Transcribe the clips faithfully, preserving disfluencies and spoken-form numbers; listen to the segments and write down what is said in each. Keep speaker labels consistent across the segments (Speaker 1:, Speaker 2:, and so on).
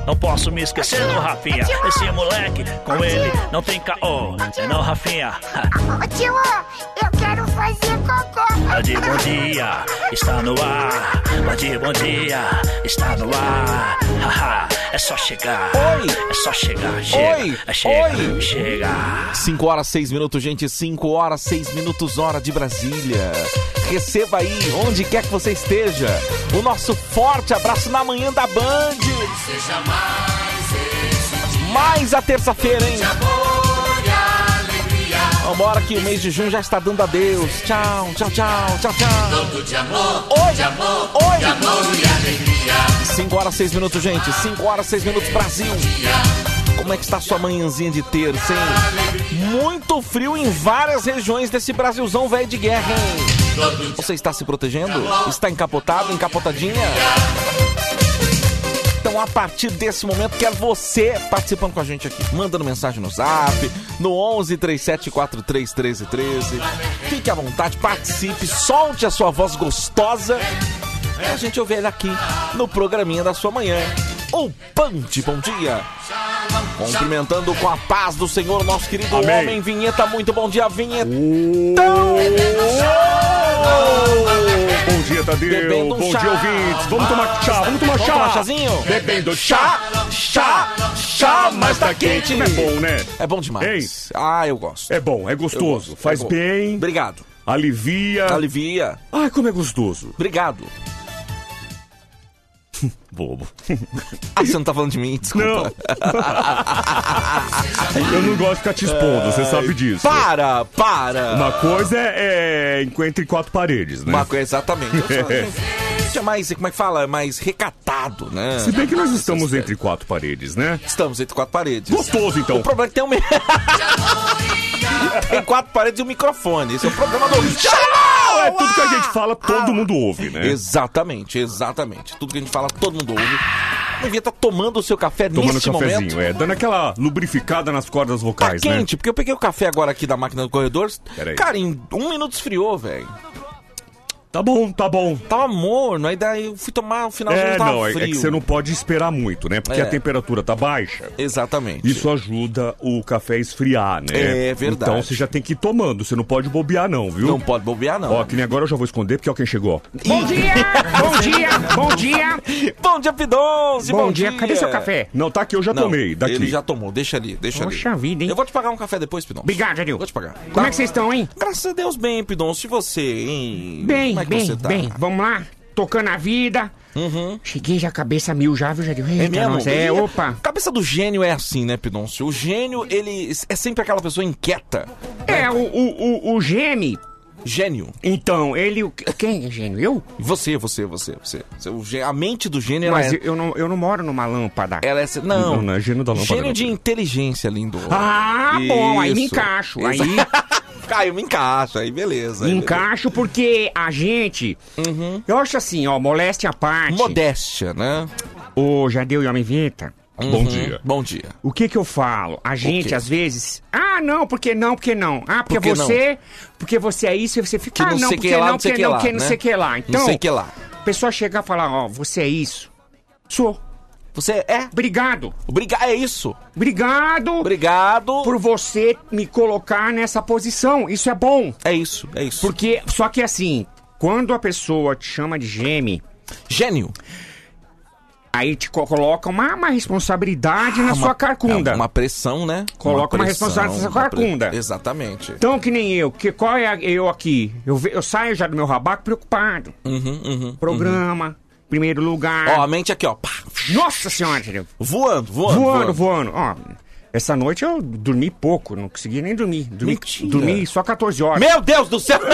Speaker 1: Não posso me esquecer do Rafinha. Esse moleque, com ele, não tem caô. É não, Rafinha.
Speaker 2: Ô tio, eu quero fazer cocô.
Speaker 1: Band Bom Dia está no ar. Band Bom Dia está no ar. Haha, é só chegar.
Speaker 3: Oi.
Speaker 1: É só chegar. Chega.
Speaker 3: Oi.
Speaker 1: É chega.
Speaker 3: Oi.
Speaker 1: Chega.
Speaker 3: cinco horas, seis minutos, gente. cinco horas, seis minutos, hora de Brasília. Receba aí, onde quer que você esteja, o nosso forte abraço na manhã da Band.
Speaker 4: Seja mais esse dia.
Speaker 3: Mais a terça-feira, hein?
Speaker 4: De amor e alegria.
Speaker 3: Vambora que o mês de junho já está dando adeus. Tchau, tchau, tchau, tchau, tchau.
Speaker 4: Todo de amor,
Speaker 3: Oi.
Speaker 4: de amor,
Speaker 3: Oi.
Speaker 4: de amor e alegria.
Speaker 3: cinco horas, seis minutos, gente. cinco horas, seis minutos, Brasil. Como é que está a sua manhãzinha de terça, hein? Muito frio em várias regiões desse Brasilzão velho de guerra, hein? Você está se protegendo? Está encapotado, encapotadinha? Então, a partir desse momento, quero você participando com a gente aqui. Mandando mensagem no zap, no onze, três sete quatro três, um três um três. Fique à vontade, participe, solte a sua voz gostosa. A gente ouve ele aqui no programinha da sua manhã. O Band Bom Dia. Cumprimentando com a paz do Senhor, nosso querido
Speaker 5: Amém.
Speaker 3: homem Vinheta. Muito bom dia, Vinheta.
Speaker 5: Bom dia, Tadeu.
Speaker 3: Bebendo um
Speaker 5: Bom
Speaker 3: chá.
Speaker 5: dia, ouvintes. Vamos tomar chá, vamos tomar
Speaker 3: Vamos
Speaker 5: chá.
Speaker 3: tomar chazinho?
Speaker 5: Bebendo chá, chá, chá, mas tá quente. É bom, né?
Speaker 3: É bom demais. Ah, eu gosto.
Speaker 5: É bom, é
Speaker 3: Eu
Speaker 5: gostoso.
Speaker 3: gosto.
Speaker 5: Faz
Speaker 3: É bom.
Speaker 5: bem,
Speaker 3: Obrigado.
Speaker 5: alivia.
Speaker 3: Alivia.
Speaker 5: Ai, como é gostoso.
Speaker 3: Obrigado.
Speaker 5: Bobo.
Speaker 3: Ah, você não tá falando de mim? Desculpa.
Speaker 5: Eu não gosto de ficar te expondo, você sabe disso.
Speaker 3: Para, para.
Speaker 5: Uma coisa é, é entre quatro paredes, né?
Speaker 3: Uma coisa, exatamente. Eu sou, a gente é mais, como é que fala? Mais recatado, né?
Speaker 5: Se bem que nós
Speaker 3: Essas
Speaker 5: estamos
Speaker 3: coisas.
Speaker 5: entre quatro paredes, né?
Speaker 3: Estamos entre quatro paredes.
Speaker 5: Gostoso, então.
Speaker 3: O problema é que tem um... mi- tem quatro paredes e um microfone. Esse é o problema do...
Speaker 5: É tudo que a gente fala, todo mundo ouve, né?
Speaker 3: Exatamente, exatamente. Tudo que a gente fala, todo mundo ouve. Não devia estar tomando o seu café
Speaker 5: Tomando
Speaker 3: neste
Speaker 5: cafezinho,
Speaker 3: momento.
Speaker 5: é. Dando aquela lubrificada nas cordas
Speaker 3: Tá
Speaker 5: vocais, né?
Speaker 3: quente, porque eu peguei o café agora aqui da máquina do corredor.
Speaker 5: Pera aí.
Speaker 3: Cara, em um minuto esfriou, velho.
Speaker 5: Tá bom, tá bom.
Speaker 3: Tava morno, aí daí eu fui tomar o finalzinho
Speaker 5: É,
Speaker 3: tava
Speaker 5: não, é,
Speaker 3: frio.
Speaker 5: é que você não pode esperar muito, né? Porque
Speaker 3: É.
Speaker 5: a temperatura tá baixa.
Speaker 3: Exatamente.
Speaker 5: Isso ajuda o café a esfriar, né?
Speaker 3: É verdade.
Speaker 5: Então você já tem que ir tomando, você não pode bobear não, viu?
Speaker 3: Não pode bobear, não.
Speaker 5: Ó, que nem agora eu já vou esconder, porque ó quem chegou.
Speaker 6: Bom dia, bom dia, bom dia.
Speaker 3: Bom dia, Pidonze, bom,
Speaker 6: Bom dia, cadê seu café?
Speaker 5: Não, tá aqui, eu já
Speaker 3: Não,
Speaker 5: tomei, daqui.
Speaker 3: Ele já tomou, deixa ali, deixa
Speaker 6: Poxa
Speaker 3: ali.
Speaker 6: vida, hein?
Speaker 3: Eu vou te pagar um café depois, Pidonze.
Speaker 6: Obrigado, Jadil.
Speaker 3: Vou te pagar.
Speaker 6: Como
Speaker 3: Tá?
Speaker 6: é que vocês estão, hein?
Speaker 3: Graças a Deus, bem, Pidonze. E você, hein?
Speaker 6: Bem,
Speaker 3: Como é que
Speaker 6: bem,
Speaker 3: você tá?
Speaker 6: bem. Vamos lá, tocando a vida.
Speaker 3: Uhum.
Speaker 6: Cheguei já cabeça mil já, viu, Jadil?
Speaker 3: É
Speaker 6: Eita,
Speaker 3: mesmo?
Speaker 6: nós, é,
Speaker 3: E
Speaker 6: opa.
Speaker 3: A cabeça do gênio é assim, né, Pidonce? O gênio, ele é sempre aquela pessoa inquieta.
Speaker 6: É, o, o, o, o Gene,
Speaker 3: Gênio.
Speaker 6: então, ele... o- Quem é gênio? Eu?
Speaker 3: Você, você, você, você. Você- o gê- A mente do gênio, ela
Speaker 6: Mas
Speaker 3: é...
Speaker 6: eu não, eu não moro numa lâmpada.
Speaker 3: Ela é... Não,
Speaker 5: Não, não é gênio da lâmpada,
Speaker 3: Gênio
Speaker 5: não.
Speaker 3: de inteligência, lindo.
Speaker 6: Ah, bom, aí me
Speaker 3: Isso.
Speaker 6: encaixo. Aí
Speaker 3: Caiu, me encaixa, aí beleza.
Speaker 6: me
Speaker 3: aí
Speaker 6: encaixo porque a gente... Eu acho assim, ó, moléstia à parte.
Speaker 3: beleza. Modéstia, né?
Speaker 6: Ô, Jadeu e Homem Vinheta,
Speaker 5: Bom dia.
Speaker 3: Bom dia.
Speaker 6: o que que eu falo? A gente,
Speaker 3: quê?
Speaker 6: às vezes... Ah, não, porque não, porque não. Ah, porque
Speaker 3: Por que
Speaker 6: você... Porque você é isso e você fica...
Speaker 3: Que
Speaker 6: ah,
Speaker 3: não
Speaker 6: não,
Speaker 3: sei
Speaker 6: porque
Speaker 3: que lá,
Speaker 6: não,
Speaker 3: não sei
Speaker 6: porque
Speaker 3: que
Speaker 6: não,
Speaker 3: lá,
Speaker 6: porque não
Speaker 3: né?
Speaker 6: sei que lá. Então,
Speaker 3: Não sei que lá.
Speaker 6: a pessoa chegar e falar, ó, você é isso. Sou.
Speaker 3: Você é...
Speaker 6: Obrigado.
Speaker 3: Obrigado, é isso.
Speaker 6: Obrigado
Speaker 3: Obrigado.
Speaker 6: por você me colocar nessa posição. Isso é bom.
Speaker 3: É isso, é isso.
Speaker 6: Porque, só que assim, quando a pessoa te chama de gêmeo,
Speaker 3: Gênio.
Speaker 6: aí te co- coloca uma, uma responsabilidade na
Speaker 3: Uma-
Speaker 6: sua carcunda.
Speaker 3: é Uma pressão, né?
Speaker 6: Coloca uma
Speaker 3: pressão,
Speaker 6: responsabilidade na sua
Speaker 3: uma pre-
Speaker 6: carcunda.
Speaker 3: Exatamente.
Speaker 6: Então, que nem eu, que qual é a- eu aqui? Eu, ve- eu saio já do meu rabaco preocupado.
Speaker 3: Uhum, uhum.
Speaker 6: Programa, primeiro lugar.
Speaker 3: Ó, a mente aqui, ó. Pá,
Speaker 6: Nossa senhora, entendeu?
Speaker 3: voando, voando,
Speaker 6: Voando, voando. Ó, essa noite eu dormi pouco, não consegui nem dormir. Dormi,
Speaker 3: Mentira.
Speaker 6: dormi só catorze horas.
Speaker 3: Meu Deus do céu!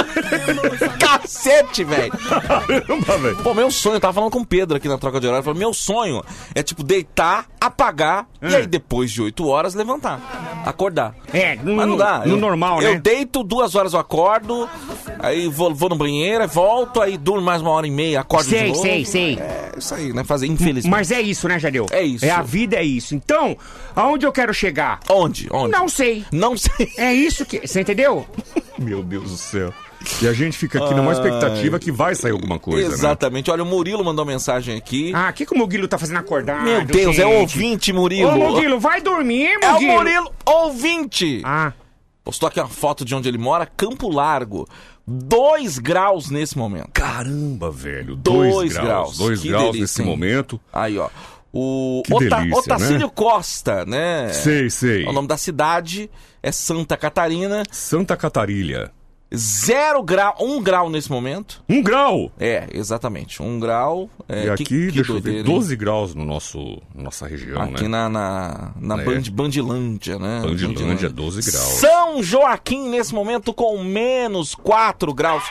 Speaker 3: Cacete, velho!
Speaker 5: Caramba, velho.
Speaker 3: Pô, meu sonho, eu tava falando com o Pedro aqui na troca de horário, eu falei, meu sonho é, tipo, deitar, apagar, e
Speaker 6: Hum.
Speaker 3: aí depois de oito horas levantar, acordar.
Speaker 6: É, no,
Speaker 3: Mas não dá.
Speaker 6: no
Speaker 3: eu,
Speaker 6: normal,
Speaker 3: Eu
Speaker 6: né?
Speaker 3: deito, duas horas eu acordo, aí vou, vou no banheiro, aí volto, aí durmo mais uma hora e meia, acordo de
Speaker 6: Sei,
Speaker 3: novo.
Speaker 6: sei, sei.
Speaker 3: É isso aí, né? Fazer, infelizmente.
Speaker 6: Mas é isso, né, Jadeu?
Speaker 3: É isso.
Speaker 6: É a vida, é isso. Então, aonde eu quero chegar?
Speaker 3: Onde? Onde?
Speaker 6: Não sei.
Speaker 3: Não sei.
Speaker 6: É isso que... Você entendeu?
Speaker 5: Meu Deus do céu. E a gente fica aqui numa expectativa que vai sair alguma coisa,
Speaker 3: Exatamente.
Speaker 5: né?
Speaker 3: Olha, o Murilo mandou mensagem aqui.
Speaker 6: Ah, o que, que o Murilo tá fazendo acordado?
Speaker 3: Meu Deus,
Speaker 6: gente?
Speaker 3: é ouvinte, Murilo.
Speaker 6: Ô, Murilo, vai dormir,
Speaker 3: É
Speaker 6: Murilo.
Speaker 3: o Murilo, ouvinte.
Speaker 6: Ah,
Speaker 3: Postou aqui uma foto de onde ele mora, Campo Largo. Dois graus nesse momento.
Speaker 5: Caramba, velho.
Speaker 3: Dois
Speaker 5: Dois,
Speaker 3: graus.
Speaker 5: graus. Dois
Speaker 3: Que
Speaker 5: graus
Speaker 3: delícia,
Speaker 5: nesse
Speaker 3: hein?
Speaker 5: momento.
Speaker 3: Aí, ó. O
Speaker 5: Que
Speaker 3: Ota-
Speaker 5: delícia,
Speaker 3: Otacílio
Speaker 5: né?
Speaker 3: Costa, né?
Speaker 5: Sei, sei.
Speaker 3: O nome da cidade é Santa Catarina.
Speaker 5: Santa Catarina.
Speaker 3: Zero grau, um grau nesse momento.
Speaker 5: Um grau!
Speaker 3: É, exatamente. Um grau. É,
Speaker 5: E aqui,
Speaker 3: que, que
Speaker 5: deixa eu
Speaker 3: doideira,
Speaker 5: ver,
Speaker 3: hein?
Speaker 5: doze graus no nosso, nossa região,
Speaker 3: Aqui
Speaker 5: né?
Speaker 3: na, na, na
Speaker 5: É.
Speaker 3: Band, Bandilândia, né?
Speaker 5: Bandilândia, doze graus.
Speaker 3: São Joaquim, nesse momento, com menos quatro graus.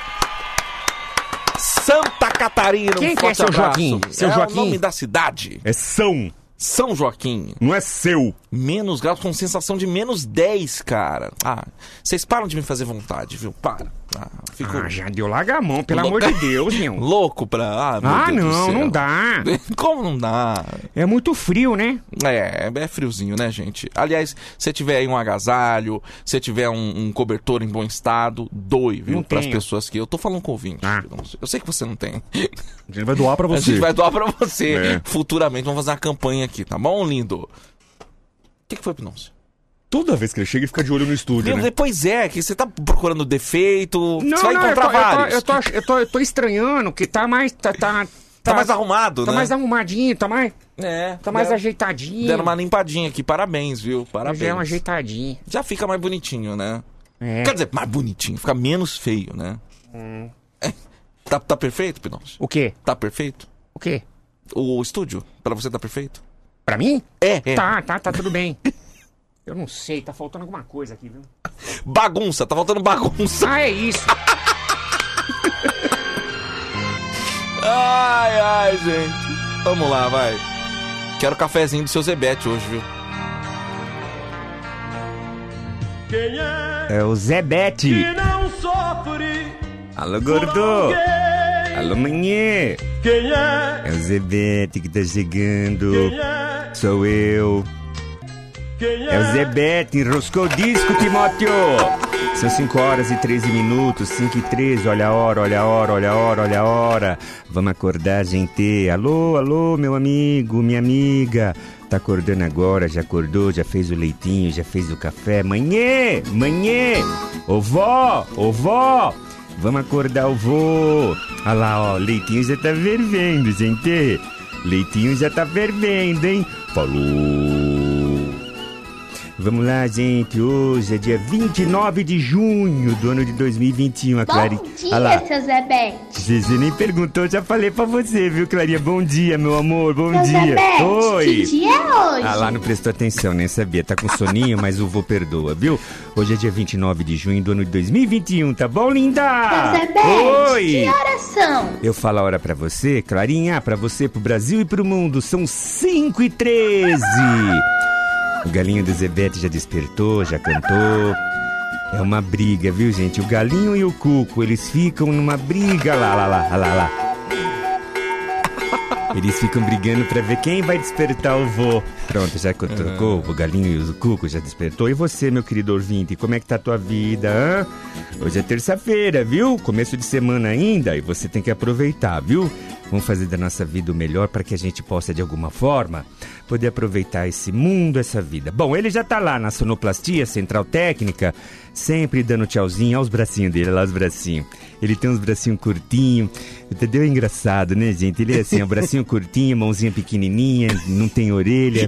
Speaker 3: Santa Catarina,
Speaker 6: Quem
Speaker 3: um
Speaker 6: que é
Speaker 3: forte
Speaker 6: seu
Speaker 3: abraço.
Speaker 6: Joaquim? Seu
Speaker 3: é
Speaker 6: Joaquim?
Speaker 3: o nome da cidade.
Speaker 5: É São,
Speaker 3: São Joaquim.
Speaker 5: não é seu.
Speaker 3: Menos graus, com sensação de menos dez, cara. Ah, vocês param de me fazer vontade, viu? Para. Ah, fico
Speaker 6: ah, já deu larga a mão, pelo
Speaker 3: Louco.
Speaker 6: amor de Deus, meu.
Speaker 3: louco pra... Ah, meu
Speaker 6: Ah,
Speaker 3: Deus do
Speaker 6: não,
Speaker 3: céu.
Speaker 6: não dá.
Speaker 3: Como não dá?
Speaker 6: É muito frio, né?
Speaker 3: É, é friozinho, né, gente? Aliás, se tiver aí um agasalho, se tiver um, um cobertor em bom estado, doe, viu?
Speaker 6: Não
Speaker 3: Para as
Speaker 6: tenho.
Speaker 3: pessoas que... Eu tô falando com ouvinte.
Speaker 6: Ah.
Speaker 3: Eu sei que você não tem.
Speaker 5: A gente vai doar pra
Speaker 3: A
Speaker 5: você.
Speaker 3: gente vai doar pra você.
Speaker 5: É.
Speaker 3: Futuramente, vamos fazer uma campanha aqui, tá bom, lindo? O que, que foi, Pinócio?
Speaker 5: Toda vez que ele chega, ele fica de olho no estúdio, né?
Speaker 3: Depois é, que você tá procurando defeito,
Speaker 6: Não,
Speaker 3: você vai
Speaker 6: não, eu
Speaker 3: encontrar
Speaker 6: tô, eu, tô,
Speaker 3: vários.
Speaker 6: eu, tô, ach- eu, tô, eu tô estranhando que tá mais... Tá, tá,
Speaker 3: Tá mais arrumado,
Speaker 6: Tá
Speaker 3: né?
Speaker 6: mais arrumadinho, tá mais,
Speaker 3: É,
Speaker 6: tá mais
Speaker 3: deram-
Speaker 6: ajeitadinho.
Speaker 3: Deram uma limpadinha aqui, parabéns, viu? Parabéns.
Speaker 6: Já é um ajeitadinho.
Speaker 3: Já fica mais bonitinho, né?
Speaker 6: É.
Speaker 3: Quer dizer, mais bonitinho, fica menos feio, né? É. Tá, tá perfeito, Pinócio?
Speaker 6: O quê?
Speaker 3: Tá perfeito?
Speaker 6: O quê?
Speaker 3: O estúdio, pra você tá perfeito?
Speaker 6: Pra mim?
Speaker 3: É, é.
Speaker 6: Tá, tá, tá tudo bem. Eu não sei, tá faltando alguma coisa aqui, viu?
Speaker 3: Bagunça, tá faltando bagunça.
Speaker 6: Ah, é isso.
Speaker 3: Ai, ai, gente. Vamos lá, vai. Quero cafezinho do seu Zebete hoje, viu?
Speaker 6: É o Zebete. Alô, gordo. Alô, manhã. É o Zebete que tá chegando. Sou eu. É o Zebete, enroscou o disco, Timóteo. São cinco horas e treze minutos, cinco e treze, olha a hora, olha a hora, olha a hora, olha a hora. Vamos acordar, gente. Alô, alô, meu amigo, minha amiga. Tá acordando agora, já acordou, já fez o leitinho, já fez o café. Manhã, manhã, ô vó, ô vó. Vamos acordar o vô. Olha lá, ó, leitinho já tá fervendo, gente. Leitinho já tá fervendo, hein? Falou. Vamos lá, gente. Hoje é dia vinte e nove de junho do ano de dois mil e vinte e um. A Clari...
Speaker 2: Bom
Speaker 6: Olha lá.
Speaker 2: dia, seu Zebete.
Speaker 6: Você nem perguntou, já falei pra você, viu, Clarinha? Bom dia, meu amor, bom
Speaker 2: Seu
Speaker 6: dia.
Speaker 2: Zebete,
Speaker 6: Oi.
Speaker 2: que dia é hoje?
Speaker 6: Ah, lá não prestou atenção, nem sabia. Tá com soninho, mas o vô perdoa, viu? Hoje é dia vinte e nove de junho do ano de dois mil e vinte e um, tá bom, linda?
Speaker 2: Seu Zebete,
Speaker 6: Oi.
Speaker 2: que horas são?
Speaker 6: Eu falo a hora pra você, Clarinha, pra você, pro Brasil e pro mundo. São cinco e treze. O galinho do Zebete já despertou, já cantou. É uma briga, viu, gente? O galinho e o cuco, eles ficam numa briga lá, lá, lá, lá, lá, lá. Eles ficam brigando pra ver quem vai despertar o vô. Pronto, já trocou, o galinho e o cuco já despertou. E você, meu querido ouvinte, como é que tá a tua vida, hã? Hoje é terça-feira, viu? Começo de semana ainda e você tem que aproveitar, viu? Vamos fazer da nossa vida o melhor para que a gente possa, de alguma forma, poder aproveitar esse mundo, essa vida. Bom, ele já tá lá na sonoplastia, central técnica, sempre dando tchauzinho. Olha os bracinhos dele, olha lá os bracinhos. Ele tem uns bracinhos curtinhos. Entendeu? É engraçado, né, gente? Ele é assim, ó, bracinho curtinho, mãozinha pequenininha, não tem orelha.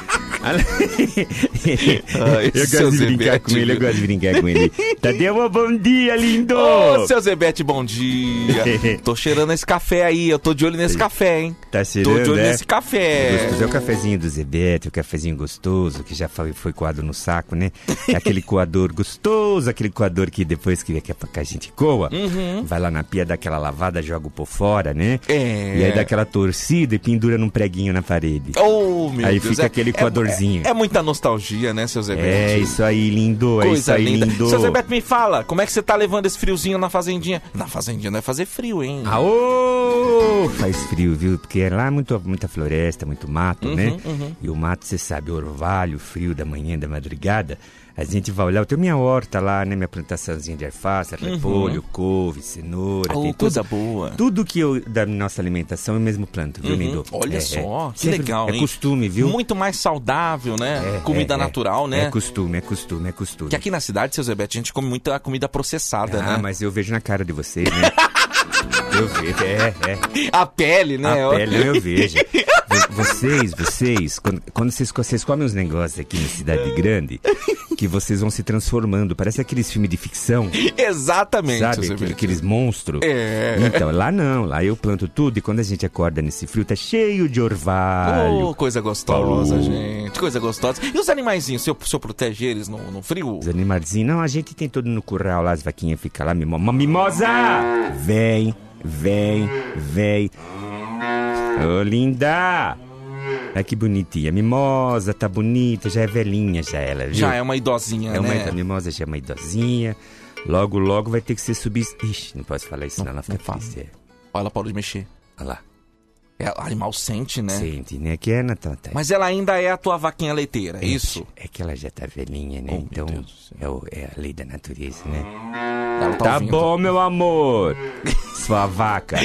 Speaker 3: Ai,
Speaker 6: Eu
Speaker 3: seu
Speaker 6: gosto de brincar
Speaker 3: Zebete,
Speaker 6: com ele, eu
Speaker 3: viu?
Speaker 6: gosto de brincar com ele. Tadeu, bom dia, lindo!
Speaker 3: Ô, seu Zebete, bom dia. Tô cheirando esse café aí, eu tô de olho nesse café, hein?
Speaker 6: Tá
Speaker 3: Tô
Speaker 6: cheirando,
Speaker 3: de olho
Speaker 6: né?
Speaker 3: nesse café.
Speaker 6: Gostoso. É o cafezinho do Zebete, o cafezinho gostoso, que já foi, foi coado no saco, né? É aquele coador gostoso, aquele coador que depois que, que a gente coa, vai lá na pia, dá aquela lavada, joga o pó fora, né?
Speaker 3: É.
Speaker 6: E aí dá aquela torcida e pendura num preguinho na parede.
Speaker 3: Oh, meu
Speaker 6: Aí
Speaker 3: Deus.
Speaker 6: fica aquele coadorzinho.
Speaker 3: É, é muita nostalgia, né, seu Zebete?
Speaker 6: É isso aí, lindo, é isso
Speaker 3: Coisa
Speaker 6: aí,
Speaker 3: linda.
Speaker 6: lindo.
Speaker 3: Seu Zebete, me fala, como é que você tá levando esse friozinho na fazendinha? Na fazendinha não é fazer frio, hein?
Speaker 6: Aô! Faz frio, viu? Porque lá é muito, muita floresta, muito mato,
Speaker 3: Uhum,
Speaker 6: né?
Speaker 3: uhum.
Speaker 6: E o mato, você sabe, o orvalho, o frio da manhã, da madrugada, A gente vai olhar, eu tenho minha horta lá, né? Minha plantaçãozinha de alface, repolho, uhum. couve, cenoura.
Speaker 3: Oh,
Speaker 6: tem
Speaker 3: coisa
Speaker 6: tudo,
Speaker 3: boa.
Speaker 6: Tudo que eu, da nossa alimentação eu mesmo planto, viu,
Speaker 3: uhum.
Speaker 6: Lindo?
Speaker 3: Olha
Speaker 6: é,
Speaker 3: só,
Speaker 6: é,
Speaker 3: que legal,
Speaker 6: é
Speaker 3: hein?
Speaker 6: É costume, viu?
Speaker 3: Muito mais saudável, né?
Speaker 6: É,
Speaker 3: comida
Speaker 6: é,
Speaker 3: natural,
Speaker 6: é,
Speaker 3: né?
Speaker 6: É costume, é costume, é costume.
Speaker 3: Que aqui na cidade, seu Zé Beto, a gente come muita comida processada,
Speaker 6: ah,
Speaker 3: né?
Speaker 6: Ah, mas eu vejo na cara de vocês, né? Eu vejo, é, é.
Speaker 3: A pele, né?
Speaker 6: A pele, eu vejo. Vocês, vocês, quando, quando vocês, vocês comem uns negócios aqui na cidade grande, que vocês vão se transformando. Parece aqueles filmes de ficção.
Speaker 3: Exatamente.
Speaker 6: Sabe? Aquele, aqueles monstros.
Speaker 3: É.
Speaker 6: Então, lá não. Lá eu planto tudo e quando a gente acorda nesse frio, tá cheio de orvalho.
Speaker 3: Oh, coisa gostosa, oh. gente. Coisa gostosa. E os animaizinhos, o senhor, o senhor protege eles no, no frio?
Speaker 6: Os animaizinhos, não, a gente tem tudo no curral lá, as vaquinhas ficam lá. Mimo... Uma mimosa! Vem, vem, vem. Ô, oh, linda! Olha que bonitinha. Mimosa, tá bonita, já é velhinha já ela, viu?
Speaker 3: Já é uma idosinha,
Speaker 6: é uma,
Speaker 3: né?
Speaker 6: A mimosa já é uma idosinha. Logo, logo vai ter que ser subir... Ixi, não posso falar isso, não, ela fica triste. É.
Speaker 3: Olha, ela parou de mexer.
Speaker 6: Olha lá.
Speaker 3: É, o animal sente, né?
Speaker 6: Sente, né? Que é, Natal?
Speaker 3: Mas ela ainda é a tua vaquinha leiteira, é isso?
Speaker 6: É que ela já tá velhinha, né?
Speaker 3: Oh,
Speaker 6: então, é, o, é a lei da natureza, né?
Speaker 3: Ela tá
Speaker 6: tá
Speaker 3: ouvindo.
Speaker 6: Bom, meu amor. Sua vaca.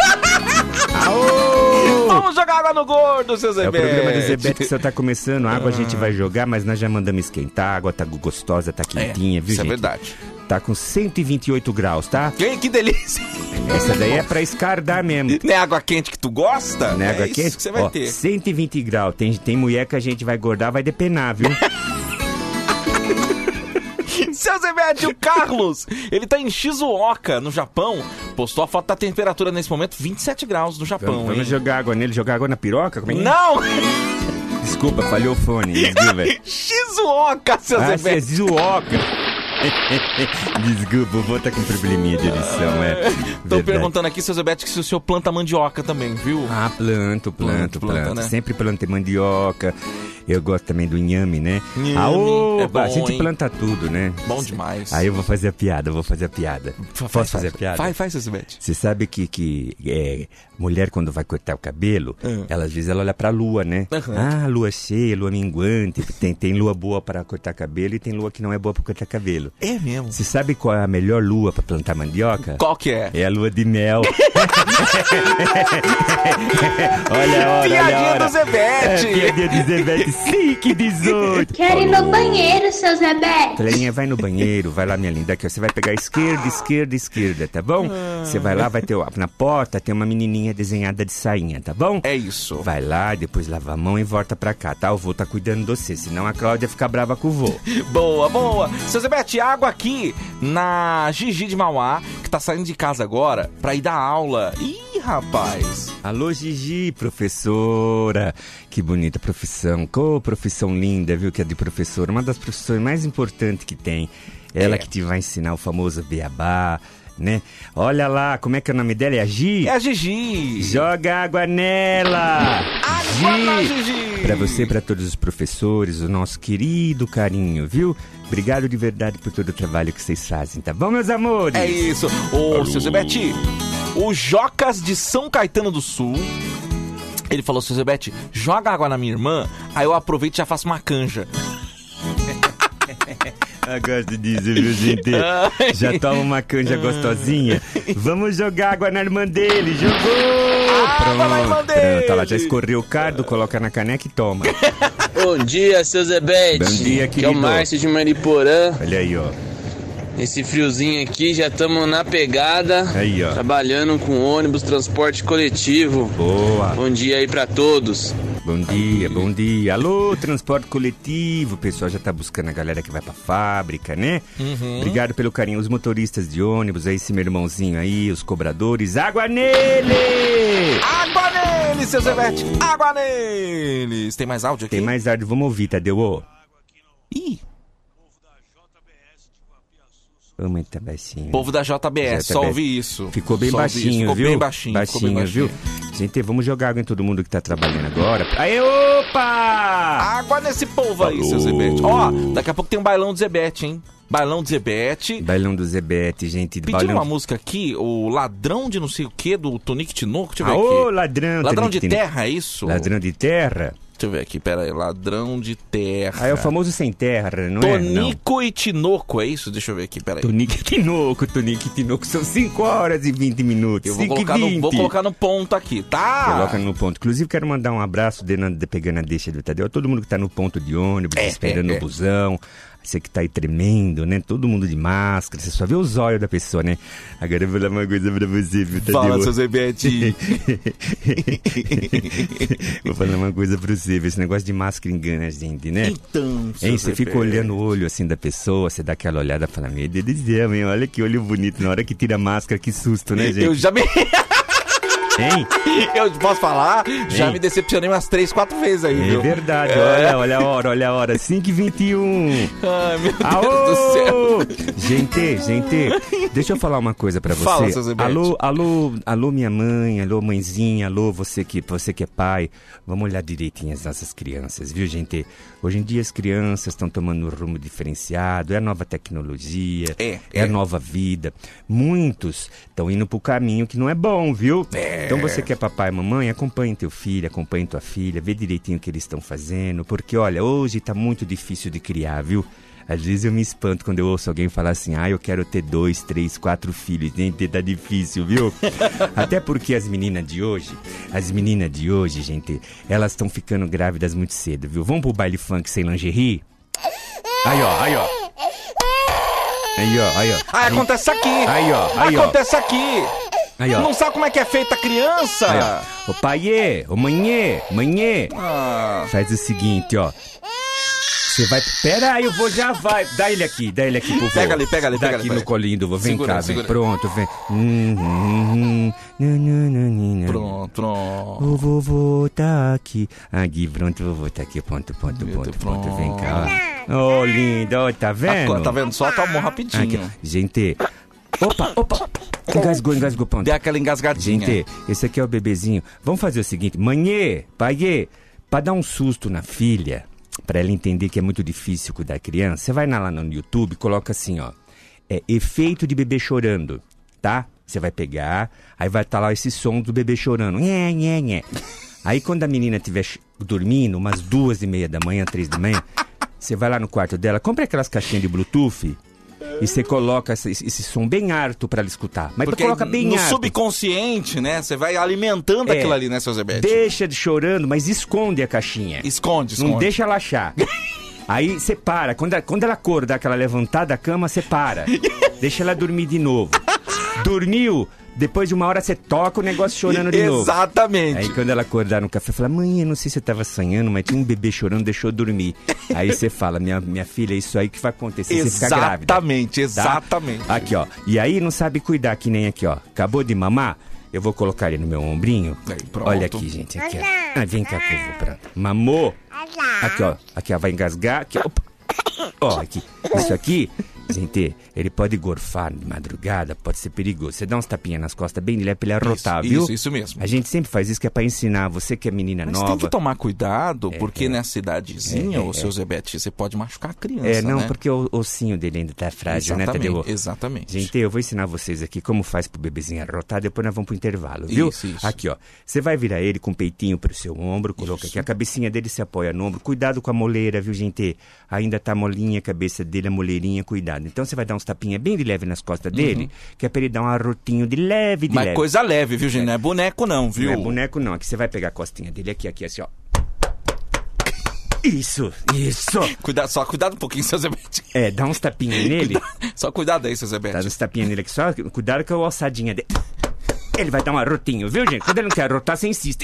Speaker 6: Aô!
Speaker 3: Vamos jogar água no gordo, seu Zé Beto.
Speaker 6: É o programa do Zé Beto que só tá começando. A água a gente vai jogar, mas nós já mandamos esquentar. A água tá gostosa, tá quentinha,
Speaker 3: é,
Speaker 6: viu,
Speaker 3: isso
Speaker 6: gente?
Speaker 3: Isso é verdade.
Speaker 6: Tá com cento e vinte e oito graus, tá?
Speaker 3: Que, que delícia!
Speaker 6: Essa daí é pra escardar mesmo.
Speaker 3: Não é água quente que tu gosta?
Speaker 6: Não é água
Speaker 3: é
Speaker 6: quente?
Speaker 3: Isso que você vai
Speaker 6: Ó,
Speaker 3: ter.
Speaker 6: cento e vinte graus. Tem, tem mulher que a gente vai engordar, vai depenar, viu?
Speaker 3: Seu Zé Beto, o Carlos, ele tá em Shizuoka, no Japão. Postou a foto da temperatura nesse momento, vinte e sete graus no Japão.
Speaker 6: Vamos, vamos
Speaker 3: hein?
Speaker 6: jogar água nele, jogar água na piroca? Como é?
Speaker 3: Não!
Speaker 6: Desculpa, falhou o fone. Desculpa,
Speaker 3: Shizuoka, seu
Speaker 6: ah,
Speaker 3: Zé Beto.
Speaker 6: É Shizuoka. Desculpa, o vô tá com probleminha de edição, é.
Speaker 3: Tô perguntando aqui, seu Zé Beto, se o senhor planta mandioca também, viu?
Speaker 6: Ah, planto, planto,
Speaker 3: planta,
Speaker 6: planto.
Speaker 3: né?
Speaker 6: Sempre plantei mandioca. Eu gosto também do inhame, né?
Speaker 3: Inhame,
Speaker 6: ah, opa,
Speaker 3: é bom,
Speaker 6: a gente
Speaker 3: hein?
Speaker 6: planta tudo, né?
Speaker 3: Bom demais.
Speaker 6: Aí eu vou fazer a piada, eu vou fazer a piada.
Speaker 3: Faz,
Speaker 6: Posso fazer
Speaker 3: faz,
Speaker 6: a piada?
Speaker 3: Faz, faz, seu Zé Beto.
Speaker 6: Você sabe que, que é, mulher, quando vai cortar o cabelo,
Speaker 3: Uhum.
Speaker 6: ela às vezes ela olha pra lua, né?
Speaker 3: Uhum.
Speaker 6: Ah, lua cheia, lua minguante. Tem, tem lua boa para cortar cabelo e tem lua que não é boa para cortar cabelo.
Speaker 3: É mesmo?
Speaker 6: Você sabe qual é a melhor lua para plantar mandioca?
Speaker 3: Qual que é?
Speaker 6: É a lua de mel. Olha a hora,
Speaker 3: Piadinha
Speaker 6: olha a hora.
Speaker 3: do Zé Beto.
Speaker 6: É, piadinha do Zé Beto. cinco e dezoito.
Speaker 2: Quero ir no banheiro, seu Zé Beto.
Speaker 6: Plelinha, vai no banheiro, vai lá, minha linda. Aqui, ó, você vai pegar esquerda, esquerda, esquerda, tá bom? Você vai lá, vai ter, ó, na porta tem uma menininha desenhada de sainha, tá bom?
Speaker 3: É isso.
Speaker 6: Vai lá, depois lava a mão e volta pra cá, tá? O vô tá cuidando de você, senão a Cláudia fica brava com o vô.
Speaker 3: Boa, boa. Seu Zé Beto, água aqui na Gigi de Mauá, que tá saindo de casa agora pra ir dar aula. Ih, rapaz.
Speaker 6: Alô, Gigi, professora. Que bonita profissão. Qual profissão linda, viu, que é de professora. Uma das profissões mais importantes que tem. Ela
Speaker 3: É.
Speaker 6: que te vai ensinar o famoso beabá, né? Olha lá, como é que é o nome dela? É a Gi?
Speaker 3: É a Gigi.
Speaker 6: Joga água nela!
Speaker 3: Água na Gigi.
Speaker 6: Pra você e pra todos os professores, o nosso querido carinho, viu? Obrigado de verdade por todo o trabalho que vocês fazem, tá bom, meus amores?
Speaker 3: É isso. Ô, seu Zé Beto, o Jocas de São Caetano do Sul, ele falou, seu Zé Beto, joga água na minha irmã, aí eu aproveito e já faço uma canja.
Speaker 6: Eu gosto disso, viu, gente? Já toma uma canja gostosinha. Vamos jogar água na irmã dele. Jogou!
Speaker 3: Água na irmã dele.
Speaker 6: Pronto, ela já escorreu o cardo, coloca na caneca e toma.
Speaker 7: Bom dia, seu Zé Beto.
Speaker 6: Bom dia,
Speaker 7: Que é o
Speaker 6: querido.
Speaker 7: Márcio de Mariporã.
Speaker 6: Olha aí, ó.
Speaker 7: Esse friozinho aqui, já estamos na pegada.
Speaker 6: Aí, ó.
Speaker 7: Trabalhando com ônibus, transporte coletivo.
Speaker 6: Boa.
Speaker 7: Bom dia aí pra todos.
Speaker 6: Bom dia, bom dia. Alô, transporte coletivo. O pessoal já tá buscando a galera que vai pra fábrica, né?
Speaker 3: Uhum.
Speaker 6: Obrigado pelo carinho. Os motoristas de ônibus, aí esse meu irmãozinho aí, os cobradores. Água nele!
Speaker 3: Água nele, seu Zé Beto. Água neles. Tem mais áudio aqui?
Speaker 6: Tem mais áudio, vamos ouvir, Tadeu. Ô,
Speaker 3: Ih,
Speaker 6: Ô, mãe, tá baixinho.
Speaker 3: povo da J B S,
Speaker 6: J B S.
Speaker 3: só ouvi isso.
Speaker 6: Ficou bem
Speaker 3: Só ouvi isso.
Speaker 6: baixinho,
Speaker 3: ficou
Speaker 6: viu?
Speaker 3: Bem baixinho, ficou bem
Speaker 6: baixinho,
Speaker 3: baixinho.
Speaker 6: viu? Gente, vamos jogar água em todo mundo que tá trabalhando agora. Aê, opa!
Speaker 3: Água nesse povo aí, seu Zé Beto. Ó, daqui a pouco tem um bailão do Zé Beto, hein? Bailão do Zé Beto.
Speaker 6: Bailão do Zebete, gente.
Speaker 3: Pediram
Speaker 6: bailão...
Speaker 3: uma música aqui, o Ladrão de não sei o que, do Tonique Tinoco. Deixa eu ver
Speaker 6: Ah, ô,
Speaker 3: aqui.
Speaker 6: ladrão.
Speaker 3: Ladrão
Speaker 6: Tonique
Speaker 3: de
Speaker 6: Tinoco.
Speaker 3: terra, é isso?
Speaker 6: Ladrão de terra?
Speaker 3: Deixa eu ver aqui, pera aí. Ladrão de terra.
Speaker 6: Ah, é o famoso sem terra, não é?
Speaker 3: Tonico e Tinoco, é isso? Deixa eu ver aqui, pera aí.
Speaker 6: Tonico e Tinoco, Tonico e Tinoco. São cinco horas e vinte minutos.
Speaker 3: Eu vou colocar, no, vou colocar no ponto aqui, tá?
Speaker 6: Coloca no ponto. Inclusive, quero mandar um abraço de, de, pegando a deixa do Tadeu. Todo mundo que tá no ponto de ônibus,
Speaker 3: é,
Speaker 6: esperando
Speaker 3: é, é.
Speaker 6: o busão. Você que tá aí tremendo, né? Todo mundo de máscara. Você só vê os olhos da pessoa, né? Agora eu vou falar uma coisa pra você, viu, Tadeu?
Speaker 3: Fala, seu Zebete.
Speaker 6: Vou falar uma coisa pra você. Esse negócio de máscara engana a gente, né?
Speaker 3: Então,
Speaker 6: Hein, você fica olhando o olho assim da pessoa, você dá aquela olhada e fala, meu Deus do céu, hein? Olha que olho bonito. Na hora que tira a máscara, que susto, né, gente?
Speaker 3: Eu já me...
Speaker 6: Hein?
Speaker 3: Eu posso falar? Já
Speaker 6: Hein?
Speaker 3: me decepcionei umas três, quatro vezes aí, viu?
Speaker 6: É verdade,
Speaker 3: É.
Speaker 6: olha, olha a hora, olha a hora, cinco e vinte e um.
Speaker 3: Ai, meu Deus
Speaker 6: Aô!
Speaker 3: do céu.
Speaker 6: Gente, gente, deixa eu falar uma coisa pra você.
Speaker 3: Fala, seu Zebete.
Speaker 6: Alô, alô, alô, minha mãe, alô, mãezinha, alô, você que, você que é pai. Vamos olhar direitinho as nossas crianças, viu, gente? Hoje em dia as crianças estão tomando um rumo diferenciado, é a nova tecnologia,
Speaker 3: É,
Speaker 6: é,
Speaker 3: é.
Speaker 6: a nova vida. Muitos estão indo pro caminho que não é bom, viu?
Speaker 3: É.
Speaker 6: Então você que é papai e mamãe, acompanhe teu filho, acompanhe tua filha, vê direitinho o que eles estão fazendo, porque olha, hoje tá muito difícil de criar, viu? Às vezes eu me espanto quando eu ouço alguém falar assim, ah, eu quero ter dois, três, quatro filhos. Gente, tá difícil, viu? Até porque as meninas de hoje, as meninas de hoje, gente, elas estão ficando grávidas muito cedo, viu? Vamos pro baile funk sem lingerie? Aí, ó, aí, ó. Aí, ó, aí, ó.
Speaker 3: Ah, acontece aqui.
Speaker 6: Aí, ó, aí, ó.
Speaker 3: Acontece aqui.
Speaker 6: Aí, ó.
Speaker 3: Não sabe como é que é feita a criança?
Speaker 6: Aí, ó. Ô, paiê, ô, manhê, manhê.
Speaker 3: Ah.
Speaker 6: Faz o seguinte, ó. Você vai... Pera aí, eu vou já, vai. Dá ele aqui, dá ele aqui pro vô.
Speaker 3: Pega ali, pega ali,
Speaker 6: Dá
Speaker 3: pega
Speaker 6: aqui
Speaker 3: ali,
Speaker 6: no
Speaker 3: pega.
Speaker 6: colinho do vô. Vem
Speaker 3: Segura,
Speaker 6: cá,
Speaker 3: segura.
Speaker 6: vem. Pronto, vem. Hum, hum, hum. Não, não, não, não, não.
Speaker 3: Pronto, pronto.
Speaker 6: O vovô tá aqui. Aqui, pronto, o vovô tá aqui. Ponto, ponto,
Speaker 3: Meu
Speaker 6: ponto,
Speaker 3: Deus,
Speaker 6: ponto. Vem
Speaker 3: pronto.
Speaker 6: cá, ó. Ô, lindo, ó, tá vendo?
Speaker 3: Ah, tá vendo só? Tomou rapidinho.
Speaker 6: Aqui, ó. Gente... Opa, opa. Engasgou, engasgou, pronto.
Speaker 3: Deu aquela engasgadinha.
Speaker 6: Gente, esse aqui é o bebezinho. Vamos fazer o seguinte, manhê, paiê, pra dar um susto na filha, pra ela entender que é muito difícil cuidar da criança, você vai lá no YouTube, coloca assim, ó, é efeito de bebê chorando, tá? Você vai pegar, aí vai estar lá esse som do bebê chorando, nhé, nhé, nhé. Aí quando a menina estiver dormindo, umas duas e meia da manhã, três da manhã, você vai lá no quarto dela, compra aquelas caixinhas de Bluetooth, e você coloca esse, esse som bem alto pra ela escutar. Mas
Speaker 3: Porque
Speaker 6: coloca bem
Speaker 3: no
Speaker 6: alto.
Speaker 3: subconsciente, né? Você vai alimentando
Speaker 6: É.
Speaker 3: aquilo ali, né, seu Zebete?
Speaker 6: Deixa de chorando, mas esconde a caixinha.
Speaker 3: Esconde, esconde.
Speaker 6: Não deixa ela achar. Aí você para. Quando ela, quando ela acordar, aquela levantada da cama, você para. Deixa ela dormir de novo. Dormiu, depois de uma hora você toca o negócio chorando de novo.
Speaker 3: Exatamente.
Speaker 6: Aí quando ela acordar no café, fala, mãe, eu não sei se eu tava sonhando, mas tinha um bebê chorando, deixou eu dormir. Aí você fala, minha, minha filha, é isso aí que vai acontecer, você fica grávida.
Speaker 3: Exatamente,
Speaker 6: Tá?
Speaker 3: exatamente.
Speaker 6: Aqui, ó. E aí não sabe cuidar, que nem aqui, ó. Acabou de mamar? Eu vou colocar ele no meu ombrinho.
Speaker 3: Aí, pronto.
Speaker 6: Olha aqui, gente. Aqui, ó. Ah, vem cá que eu vou, pronto. Mamou. Aqui, ó. Aqui, ó. Vai engasgar. Aqui, ó. Opa. Ó, aqui. Isso aqui, gente, ele pode gorfar de madrugada, pode ser perigoso. Você dá uns tapinhas nas costas bem leve pra ele arrotar,
Speaker 3: Isso,
Speaker 6: viu?
Speaker 3: isso, isso mesmo.
Speaker 6: A gente sempre faz isso que é pra ensinar. Você que é menina
Speaker 3: Mas
Speaker 6: nova.
Speaker 3: tem que tomar cuidado, porque
Speaker 6: é.
Speaker 3: nessa idadezinha,
Speaker 6: É,
Speaker 3: o
Speaker 6: é,
Speaker 3: seu Zebete, você pode machucar a criança,
Speaker 6: É, não,
Speaker 3: né?
Speaker 6: porque o ossinho dele ainda tá frágil, né,
Speaker 3: Exatamente,
Speaker 6: Tadeu?
Speaker 3: exatamente.
Speaker 6: Gente, eu vou ensinar vocês aqui como faz pro bebezinho arrotar, depois nós vamos pro intervalo, viu?
Speaker 3: Isso, isso.
Speaker 6: Aqui, ó. Você vai virar ele com o peitinho pro seu ombro, coloca aqui, a cabecinha dele se apoia no ombro. Cuidado com a moleira, viu, gente? Ainda tá molinha a cabeça dele, a moleirinha, cuidado. Então você vai dar uns tapinhas bem de leve nas costas dele, que é pra ele dar um arrotinho de leve, de
Speaker 3: Mas
Speaker 6: leve.
Speaker 3: coisa leve, viu, gente? Não é boneco não, viu?
Speaker 6: Não é boneco não, aqui você vai pegar a costinha dele aqui, aqui, assim, ó. Isso, isso.
Speaker 3: Cuidado, só cuidado um pouquinho, seu Zebete.
Speaker 6: É, dá uns tapinhas nele.
Speaker 3: Só cuidado aí, seu Zebete.
Speaker 6: Dá uns tapinhas nele aqui, só cuidado com a ossadinha dele. Ele vai dar um arrotinho, viu, gente? Quando ele não quer arrotar, você insiste.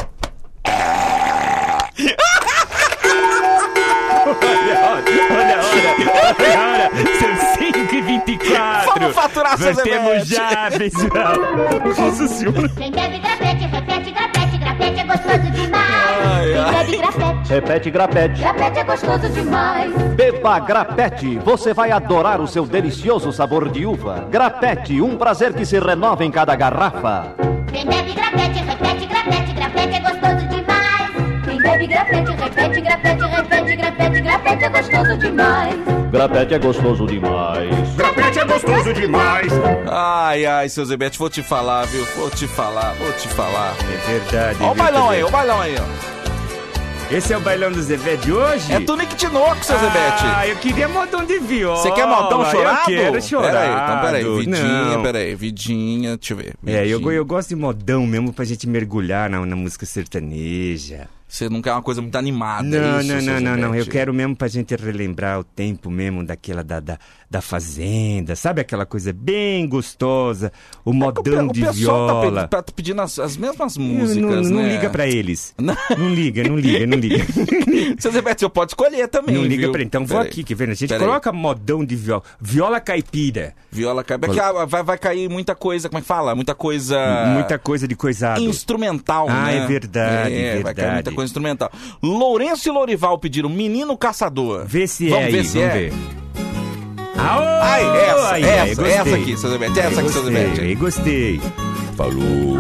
Speaker 6: Olha a hora, olha a hora, olha a hora. São cinco e vinte e quatro.
Speaker 3: Vamos faturar, seu
Speaker 6: Voltemos
Speaker 3: Zebete.
Speaker 6: já, pessoal. Nossa senhora.
Speaker 2: Quem bebe grapete, repete grapete, grapete é gostoso demais.
Speaker 3: Ai,
Speaker 2: Quem
Speaker 3: ai.
Speaker 2: bebe grapete,
Speaker 8: Repete grapete.
Speaker 2: grapete é gostoso demais.
Speaker 8: Beba grapete. Você vai adorar o seu delicioso sabor de uva. Grapete, um prazer que se renova em cada garrafa.
Speaker 2: Quem bebe grapete, repete grapete, grapete é gostoso demais. Quem bebe grapete, repete grapete, repete grapete, grapete é gostoso demais.
Speaker 8: Grapete é gostoso demais.
Speaker 5: Grapete é gostoso demais.
Speaker 3: Ai, ai, seu Zebete, vou te falar, viu? Vou te falar, vou te falar.
Speaker 6: É verdade.
Speaker 3: Ó o
Speaker 6: viu,
Speaker 3: bailão
Speaker 6: Tadeu?
Speaker 3: aí, ó o bailão aí, ó.
Speaker 6: Esse é o bailão do Zebete de hoje?
Speaker 3: É Tunique Tinoco, seu Zebete.
Speaker 6: Ah, eu queria modão de viola.
Speaker 3: Você quer modão chorado?
Speaker 6: Eu quero chorado.
Speaker 3: Peraí, então peraí. Vidinha,
Speaker 6: Não.
Speaker 3: peraí. Vidinha, deixa eu ver.
Speaker 6: É, eu,
Speaker 3: Vidinha.
Speaker 6: eu gosto de modão mesmo pra gente mergulhar na, na música sertaneja.
Speaker 3: Você não quer uma coisa muito animada,
Speaker 6: Não,
Speaker 3: isso,
Speaker 6: não,
Speaker 3: seu
Speaker 6: não, não, não. Eu
Speaker 3: Zebete?
Speaker 6: quero mesmo pra gente relembrar o tempo mesmo daquela da, da, da fazenda. Sabe aquela coisa bem gostosa? O modão
Speaker 3: o
Speaker 6: de
Speaker 3: pessoal tá
Speaker 6: viola.
Speaker 3: pedi- tá pedindo as, as mesmas
Speaker 6: Eu
Speaker 3: músicas,
Speaker 6: não, não
Speaker 3: né?
Speaker 6: liga pra eles.
Speaker 3: Não.
Speaker 6: Não liga, não liga, não liga.
Speaker 3: Seu Zebete, você pode escolher também,
Speaker 6: Não liga
Speaker 3: viu?
Speaker 6: pra ele. Então vou
Speaker 3: Peraí.
Speaker 6: aqui, que vendo? A gente
Speaker 3: Peraí.
Speaker 6: coloca modão de viola. Viola caipira.
Speaker 3: Viola caipira. É que ah, vai, vai cair muita coisa, como é que fala? Muita coisa...
Speaker 6: Muita coisa de coisado.
Speaker 3: Instrumental,
Speaker 6: Ah,
Speaker 3: né?
Speaker 6: é verdade,
Speaker 3: É, vai cair
Speaker 6: verdade.
Speaker 3: muita coisa instrumental. Lourenço e Lorival pediram Menino Caçador.
Speaker 6: Vê se
Speaker 3: vamos
Speaker 6: é
Speaker 3: ver
Speaker 6: aí,
Speaker 3: se
Speaker 6: vamos
Speaker 3: é.
Speaker 6: ver. Aô!
Speaker 3: Ai, essa,
Speaker 6: Ai,
Speaker 3: essa,
Speaker 6: ai, gostei.
Speaker 3: essa aqui, seu Zebete, essa aqui, seu
Speaker 6: Gostei,
Speaker 3: Zebete.
Speaker 6: Gostei. Falou.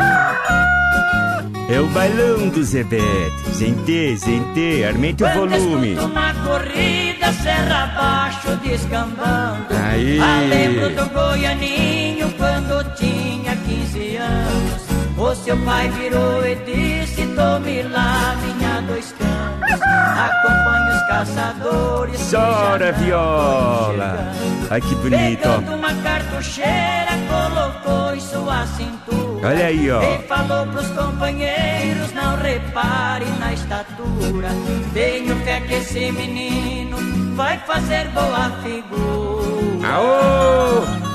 Speaker 6: É o bailão do Zebete. Gente, gente, aumente o volume.
Speaker 9: Uma corrida serra abaixo descambando.
Speaker 6: Aí.
Speaker 9: Ah, lembro do Goianinho quando tinha quinze anos. O seu pai virou e disse: tome lá minha dois canos. Acompanhe os caçadores.
Speaker 6: Chora, viola. Ai, que bonito, ó.
Speaker 9: Pegando uma cartucheira, colocou em sua cintura.
Speaker 6: Olha aí, ó.
Speaker 9: E falou pros companheiros: não repare na estatura. Tenho fé que esse menino vai fazer boa figura.
Speaker 6: Aô!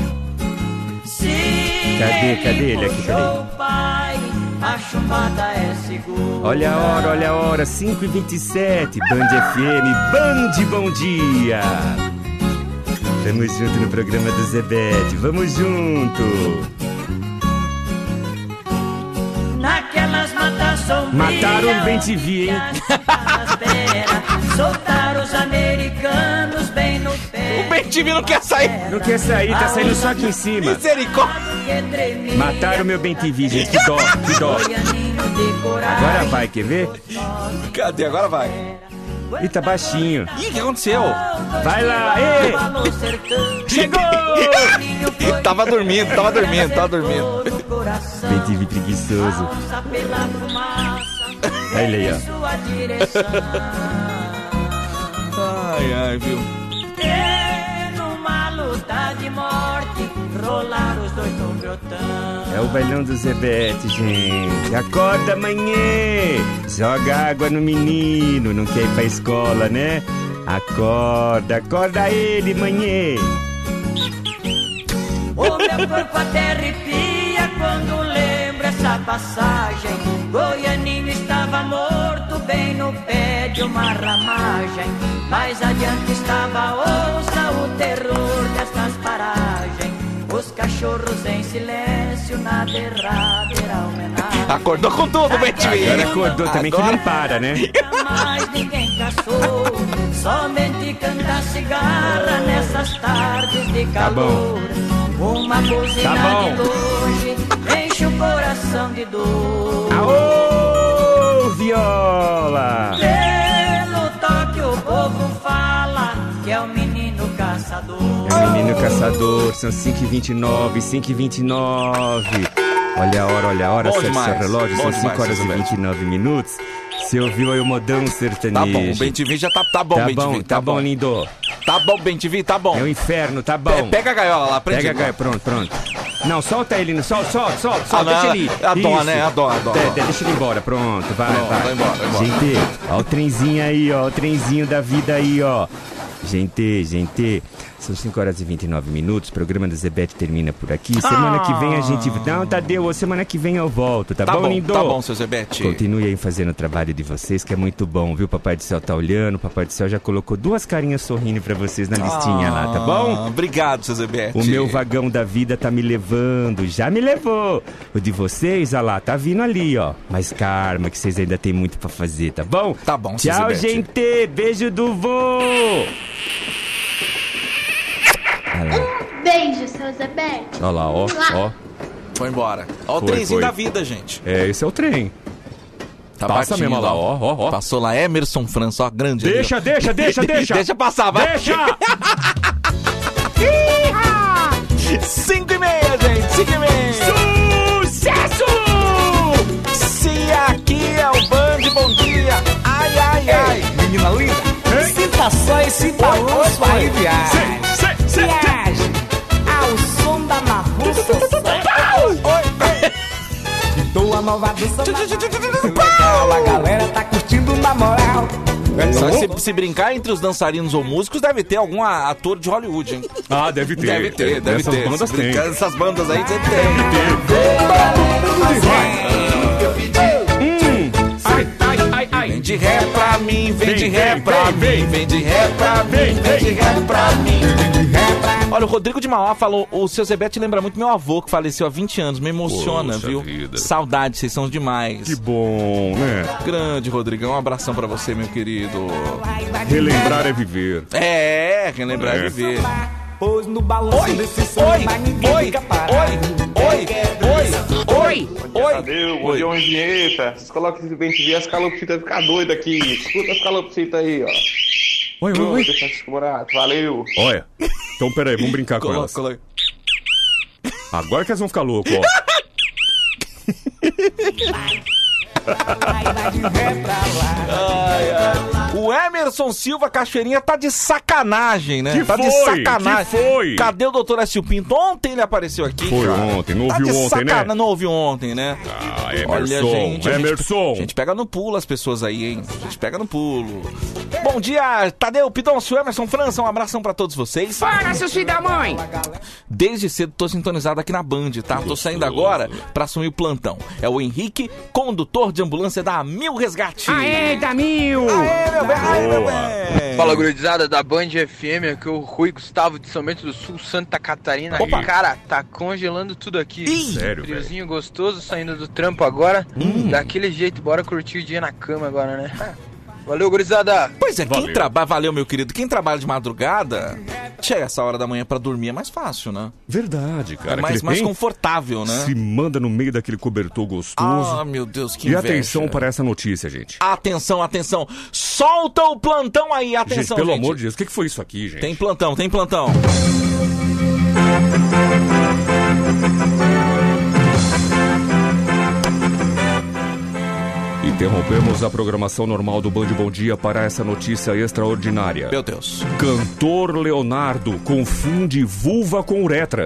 Speaker 9: Se
Speaker 6: Cadê, cadê ele aqui?
Speaker 9: puxou
Speaker 6: Peraí.
Speaker 9: o pai, a chumbada é segura.
Speaker 6: Olha a hora, olha a hora, cinco e vinte e sete, Band F M, Band Bom Dia. Tamo junto no programa do Zebete, vamos junto.
Speaker 9: Naquelas matas sombrias,
Speaker 6: Mataram o Ben T V, hein?
Speaker 9: as beras, soltaram os americanos bem no pé.
Speaker 3: O Ben T V não quer sair.
Speaker 6: Não quer sair, tá saindo só aqui em cima.
Speaker 3: Misericórdia.
Speaker 6: Mataram meu Ben T V, gente, que dó, que dó. Agora vai, quer ver?
Speaker 3: Cadê? Agora vai.
Speaker 6: Ih, tá baixinho.
Speaker 3: Ih, o que aconteceu?
Speaker 6: Vai lá, ê! Chegou!
Speaker 3: Tava dormindo, tava dormindo, tava dormindo.
Speaker 6: Ben T V preguiçoso. Olha ele aí, ó.
Speaker 3: Ai, ai, viu?
Speaker 9: E numa luta de morte, rolaram os dois no grotão.
Speaker 6: É o bailão do Zebete, gente. Acorda amanhã. Joga água no menino. Não quer ir pra escola, né? Acorda, acorda ele, manhã.
Speaker 9: O meu corpo até arrepia quando lembro essa passagem. Goianinho estava morto bem no pé de uma ramagem. Mais adiante estava ouça o terror destas paragens. Os cachorros em silêncio na derradeira homenagem.
Speaker 3: Acordou com tudo, Ben T V.
Speaker 6: Agora acordou também,
Speaker 3: Agora-
Speaker 6: que não para, né?
Speaker 9: Mas ninguém caçou, somente canta cigarra nessas tardes de
Speaker 6: Tá
Speaker 9: calor. Uma buzina
Speaker 6: Tá bom.
Speaker 9: de longe enche o coração de dor.
Speaker 6: Aô, viola!
Speaker 9: Pelo toque o povo fala que é o menino caçador.
Speaker 6: É o menino caçador, são cinco e vinte e nove, cinco e vinte e nove. Olha a hora, olha a hora,
Speaker 3: Bom
Speaker 6: certo
Speaker 3: demais,
Speaker 6: seu relógio,
Speaker 3: bom
Speaker 6: são
Speaker 3: demais,
Speaker 6: cinco horas e
Speaker 3: seu Zebete.
Speaker 6: vinte e nove minutos. Você ouviu aí o modão sertanejo.
Speaker 3: Tá bom, o Ben T V já tá, tá bom,
Speaker 6: Tá
Speaker 3: Ben T V.
Speaker 6: bom, tá bom, lindo.
Speaker 3: Tá bom, Ben T V, tá bom.
Speaker 6: É o inferno, tá
Speaker 3: Pe-
Speaker 6: bom.
Speaker 3: Pega a gaiola lá, prende
Speaker 6: Pega a
Speaker 3: ele.
Speaker 6: gaia, pronto, pronto. Não, solta ele, solta, solta, solta, solta,
Speaker 3: Ah,
Speaker 6: deixa
Speaker 3: não,
Speaker 6: ele ir.
Speaker 3: a dó,
Speaker 6: Isso.
Speaker 3: né, a dó, a dó.
Speaker 6: É, deixa ele embora, pronto, vai,
Speaker 3: Pronto,
Speaker 6: vai.
Speaker 3: vai embora, vai embora.
Speaker 6: Gente, ó o trenzinho aí, ó, o trenzinho da vida aí, ó. Gente, gente, são cinco horas e vinte e nove minutos, o programa do Zebete termina por aqui. Semana que vem a gente... Não, Tadeu, semana que vem eu volto, tá,
Speaker 3: Tá
Speaker 6: bom,
Speaker 3: bom,
Speaker 6: lindo?
Speaker 3: tá bom, seu Zebete.
Speaker 6: Continue aí fazendo o trabalho de vocês, que é muito bom, viu? Papai do Céu tá olhando, Papai do Céu já colocou duas carinhas sorrindo pra vocês na listinha lá, tá bom?
Speaker 3: Ah, obrigado, seu Zebete.
Speaker 6: O meu vagão da vida tá me levando, já me levou. O de vocês, olha lá, tá vindo ali, ó. Mas calma, que vocês ainda tem muito pra fazer, tá bom?
Speaker 3: Tá bom, seu
Speaker 6: Tchau,
Speaker 3: Zebete.
Speaker 6: gente. Beijo do vô. Olha lá,
Speaker 2: Beijo, seu Zebete.
Speaker 6: olha lá, ó, ó.
Speaker 3: Foi embora. Ó o
Speaker 6: Foi,
Speaker 3: trenzinho
Speaker 6: foi.
Speaker 3: da vida, gente.
Speaker 6: É, esse é o trem.
Speaker 3: Tá
Speaker 6: Passa
Speaker 3: partindo
Speaker 6: mesmo, olha lá, ó, ó, ó.
Speaker 3: Passou lá Emerson França, ó, grande. ali, ó.
Speaker 6: Deixa, deixa, deixa, deixa.
Speaker 3: Deixa passar, vai.
Speaker 6: Deixa.
Speaker 3: Cinco e meia, gente. Cinco e meia.
Speaker 6: Sucesso!
Speaker 3: Se aqui é o Band Bom Dia,
Speaker 10: Olha só esse balanço aí, viagem. Viagem ao som da Marrussa. Pintou a nova dança legal, a galera tá curtindo na moral.
Speaker 3: Só que se, se brincar entre os dançarinos ou músicos, deve ter algum ator de Hollywood, hein?
Speaker 5: Ah, deve ter.
Speaker 3: Deve ter, deve
Speaker 5: Essas
Speaker 3: ter.
Speaker 5: bandas
Speaker 3: Se
Speaker 5: tem.
Speaker 3: brincar Essas bandas aí, você tem. Vem de ré pra mim, vem de ré pra mim, vem de ré pra mim, vem de ré pra mim. Olha, o Rodrigo de Mauá falou, o seu Zebete lembra muito meu avô, que faleceu há vinte anos, me emociona,
Speaker 5: Poxa
Speaker 3: viu?
Speaker 5: vida.
Speaker 3: Saudade, vocês são demais.
Speaker 5: Que bom, né?
Speaker 3: Grande, Rodrigão, um abração pra você, meu querido.
Speaker 5: Relembrar é viver.
Speaker 3: É, relembrar é,
Speaker 5: É.
Speaker 3: viver.
Speaker 10: Pois no balanço
Speaker 3: Oi,
Speaker 10: desse som,
Speaker 3: oi,
Speaker 10: mas ninguém
Speaker 3: oi,
Speaker 10: fica parado.
Speaker 3: oi, oi, oi, oi, oi.
Speaker 11: Tadeu, bom dia, Vinheta. Vocês colocam esse vem te ver as calopsitas ficar doidas aqui. Escuta as calopsitas aí, ó.
Speaker 5: Oi, oi, oi.
Speaker 11: Deixa esse Morato, valeu.
Speaker 5: Olha, então peraí, vamos brincar com
Speaker 3: Coloca,
Speaker 5: elas.
Speaker 3: coloca.
Speaker 5: Agora que elas vão ficar loucos, ó.
Speaker 3: Ai, ai. O Emerson Silva Cachoeirinha tá de sacanagem, né?
Speaker 5: Que
Speaker 3: tá de
Speaker 5: foi?
Speaker 3: sacanagem.
Speaker 5: Que foi?
Speaker 3: Cadê o doutor Écio Pinto? Ontem ele apareceu aqui.
Speaker 5: Foi
Speaker 3: cara.
Speaker 5: ontem, não
Speaker 3: Tá
Speaker 5: ouviu
Speaker 3: de
Speaker 5: ontem,
Speaker 3: sacana...
Speaker 5: né?
Speaker 3: Não ouviu ontem, né?
Speaker 5: Ah, Emerson,
Speaker 3: Olha, gente, a
Speaker 5: Emerson.
Speaker 3: Gente, a gente pega no pulo as pessoas aí, hein? A gente pega no pulo. Bom dia, Tadeu, Pidoncio, Emerson França, um abração pra todos vocês.
Speaker 10: Fala, seus filhos da mãe!
Speaker 3: Desde cedo tô sintonizado aqui na Band, tá? Tô saindo agora pra assumir o plantão. É o Henrique, condutor de ambulância da Mil Resgate.
Speaker 10: Aê, Damil!
Speaker 3: Aê, meu bem, aê, meu bem.
Speaker 7: Fala, gurizada da Band F M, aqui é o Rui Gustavo de São Bento do Sul, Santa Catarina.
Speaker 3: Opa.
Speaker 7: Cara, tá congelando tudo aqui.
Speaker 3: Ih,
Speaker 5: sério,
Speaker 7: Friozinho gostoso, saindo do trampo agora.
Speaker 3: Hum.
Speaker 7: Daquele jeito, bora curtir o dia na cama agora, né? Valeu, gurizada!
Speaker 3: Pois é,
Speaker 5: Valeu.
Speaker 3: quem trabalha, valeu, meu querido, quem trabalha de madrugada, chega essa hora da manhã pra dormir é mais fácil, né?
Speaker 5: Verdade, cara.
Speaker 3: É mais,
Speaker 5: Aquele
Speaker 3: mais
Speaker 5: bem
Speaker 3: confortável, né?
Speaker 5: Se manda no meio daquele cobertor gostoso.
Speaker 3: Ah, meu Deus, que
Speaker 5: E
Speaker 3: inveja.
Speaker 5: atenção para essa notícia, gente.
Speaker 3: Atenção, atenção. Solta o plantão aí, atenção,
Speaker 5: gente, pelo
Speaker 3: gente.
Speaker 5: amor de Deus, o que que foi isso aqui, gente?
Speaker 3: Tem plantão, tem plantão.
Speaker 5: Interrompemos a programação normal do Band Bom Dia para essa notícia extraordinária.
Speaker 3: Meu Deus.
Speaker 5: Cantor Leonardo confunde vulva com uretra.